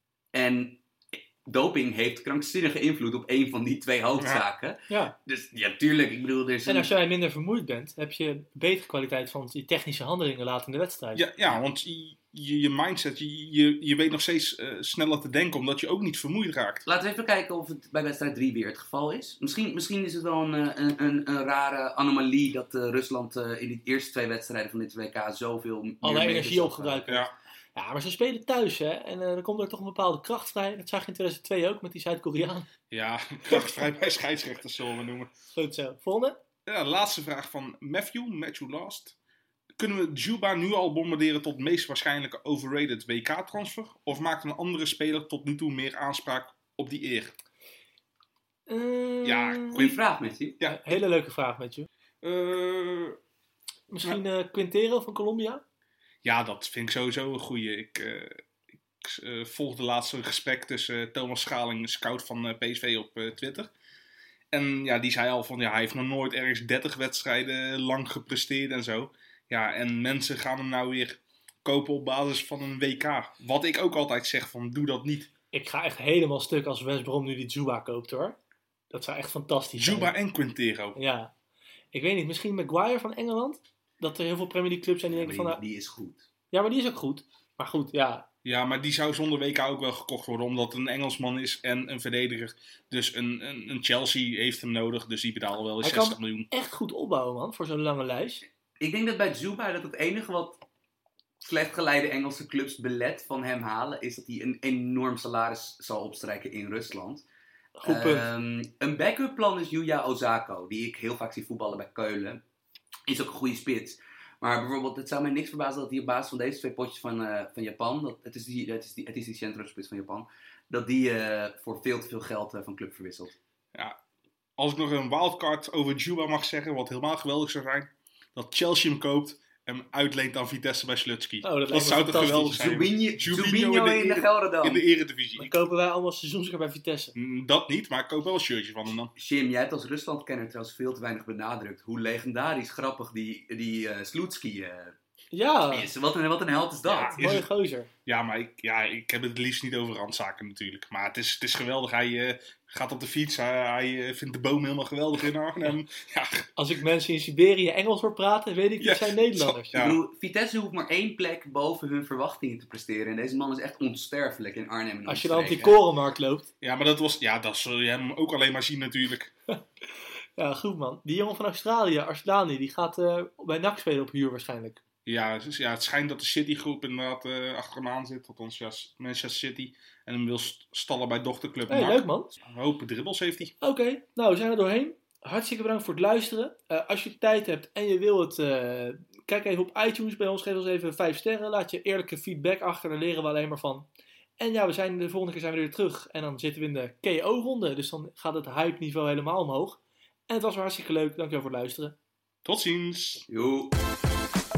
En doping heeft krankzinnige invloed op een van die 2 hoofdzaken. Ja. Dus ja, tuurlijk. Ik bedoel, en als jij minder vermoeid bent, heb je betere kwaliteit van je technische handelingen later in de wedstrijd. Ja, want je mindset, je weet nog steeds sneller te denken, omdat je ook niet vermoeid raakt. Laten we even kijken of het bij wedstrijd 3 weer het geval is. Misschien is het wel een rare anomalie dat Rusland in die eerste 2 wedstrijden van dit WK zoveel alle energie opgebruikt wordt. Ja. Ja, maar ze spelen thuis, hè. En dan komt er toch een bepaalde kracht vrij. Dat zag je in 2002 ook met die Zuid-Koreaan. Ja, krachtvrij bij scheidsrechters zullen we noemen. Goed zo. Volgende? Ja, de laatste vraag van Matthew Last. Kunnen we Djuba nu al bombarderen tot meest waarschijnlijke overrated WK-transfer? Of maakt een andere speler tot nu toe meer aanspraak op die eer? Goeie vraag, Matthew. Ja. Hele leuke vraag, Matthew. Misschien Quintero van Colombia? Ja, dat vind ik sowieso een goeie. Ik volgde laatst een gesprek tussen Thomas Schaling, scout van PSV, op Twitter. En ja, die zei al van, ja, hij heeft nog nooit ergens 30 wedstrijden lang gepresteerd en zo. Ja, en mensen gaan hem nou weer kopen op basis van een WK. Wat ik ook altijd zeg van, doe dat niet. Ik ga echt helemaal stuk als West Brom nu die Djuba koopt, hoor. Dat zou echt fantastisch zijn. Djuba en Quintero. Ja. Ik weet niet, misschien Maguire van Engeland? Dat er heel veel Premier League clubs zijn die denken van... Die is goed. Ja, maar die is ook goed. Maar goed, ja. Ja, maar die zou zonder WK ook wel gekocht worden, omdat het een Engelsman is en een verdediger. Dus een Chelsea heeft hem nodig, dus die betalen wel eens 60 miljoen. Echt goed opbouwen, man, voor zo'n lange lijst. Ik denk dat bij Djuba dat het enige wat slecht geleide Engelse clubs belet van hem halen, is dat hij een enorm salaris zal opstrijken in Rusland. Goed punt. Een backup plan is Yuya Osako, die ik heel vaak zie voetballen bij Keulen. Is ook een goede spits. Maar bijvoorbeeld, het zou mij niks verbazen dat hij op basis van deze 2 potjes van Japan, het is die centrumspits van Japan, dat die voor veel te veel geld van club verwisselt. Ja, als ik nog een wildcard over Juba mag zeggen, wat helemaal geweldig zou zijn, dat Chelsea hem koopt en hem uitleent aan Vitesse bij Slutsky. Oh, dat lijkt me zou toch geweldig fantastisch. zijn? Zubinho in de Gelredome. In de Eredivisie. Dan kopen wij allemaal seizoenskaart bij Vitesse. Dat niet, maar ik koop wel een shirtje van hem dan. Jim, jij hebt als Rusland-kenner trouwens veel te weinig benadrukt hoe legendarisch grappig die Slutsky Ja, is. Wat een held is dat. Ja, is mooie het- gozer. Ja, maar ik heb het liefst niet over randzaken natuurlijk. Maar het is geweldig. Hij gaat op de fiets. Hij vindt de boom helemaal geweldig in Arnhem. Ja, Als ik mensen in Siberië Engels hoor praten, weet ik, Ja, dat zijn Nederlanders. ja. Ik bedoel, Vitesse hoeft maar 1 plek boven hun verwachtingen te presteren. En deze man is echt onsterfelijk in Arnhem. En Als je dan op die omstreken. korenmarkt loopt. ja, maar dat zul je hem ook alleen maar zien natuurlijk. Ja, goed man. Die jongen van Australië, Arslani, die gaat bij NAC spelen op huur waarschijnlijk. Ja, dus, het schijnt dat de Citygroep inderdaad achter hem aan zit. Althans, ja, Manchester City. En hem wil stallen bij dochterclub Hey, NAC. leuk man. Een hoop dribbels heeft hij. Oké, nou we zijn er doorheen. Hartstikke bedankt voor het luisteren. Als je tijd hebt en je wil het, kijk even op iTunes bij ons. Geef ons even 5 sterren. Laat je eerlijke feedback achter, daar leren we alleen maar van. En ja, de volgende keer zijn we weer terug. En dan zitten we in de KO-ronde. Dus dan gaat het hype niveau helemaal omhoog. En het was weer hartstikke leuk. Dankjewel voor het luisteren. Tot ziens! Joe.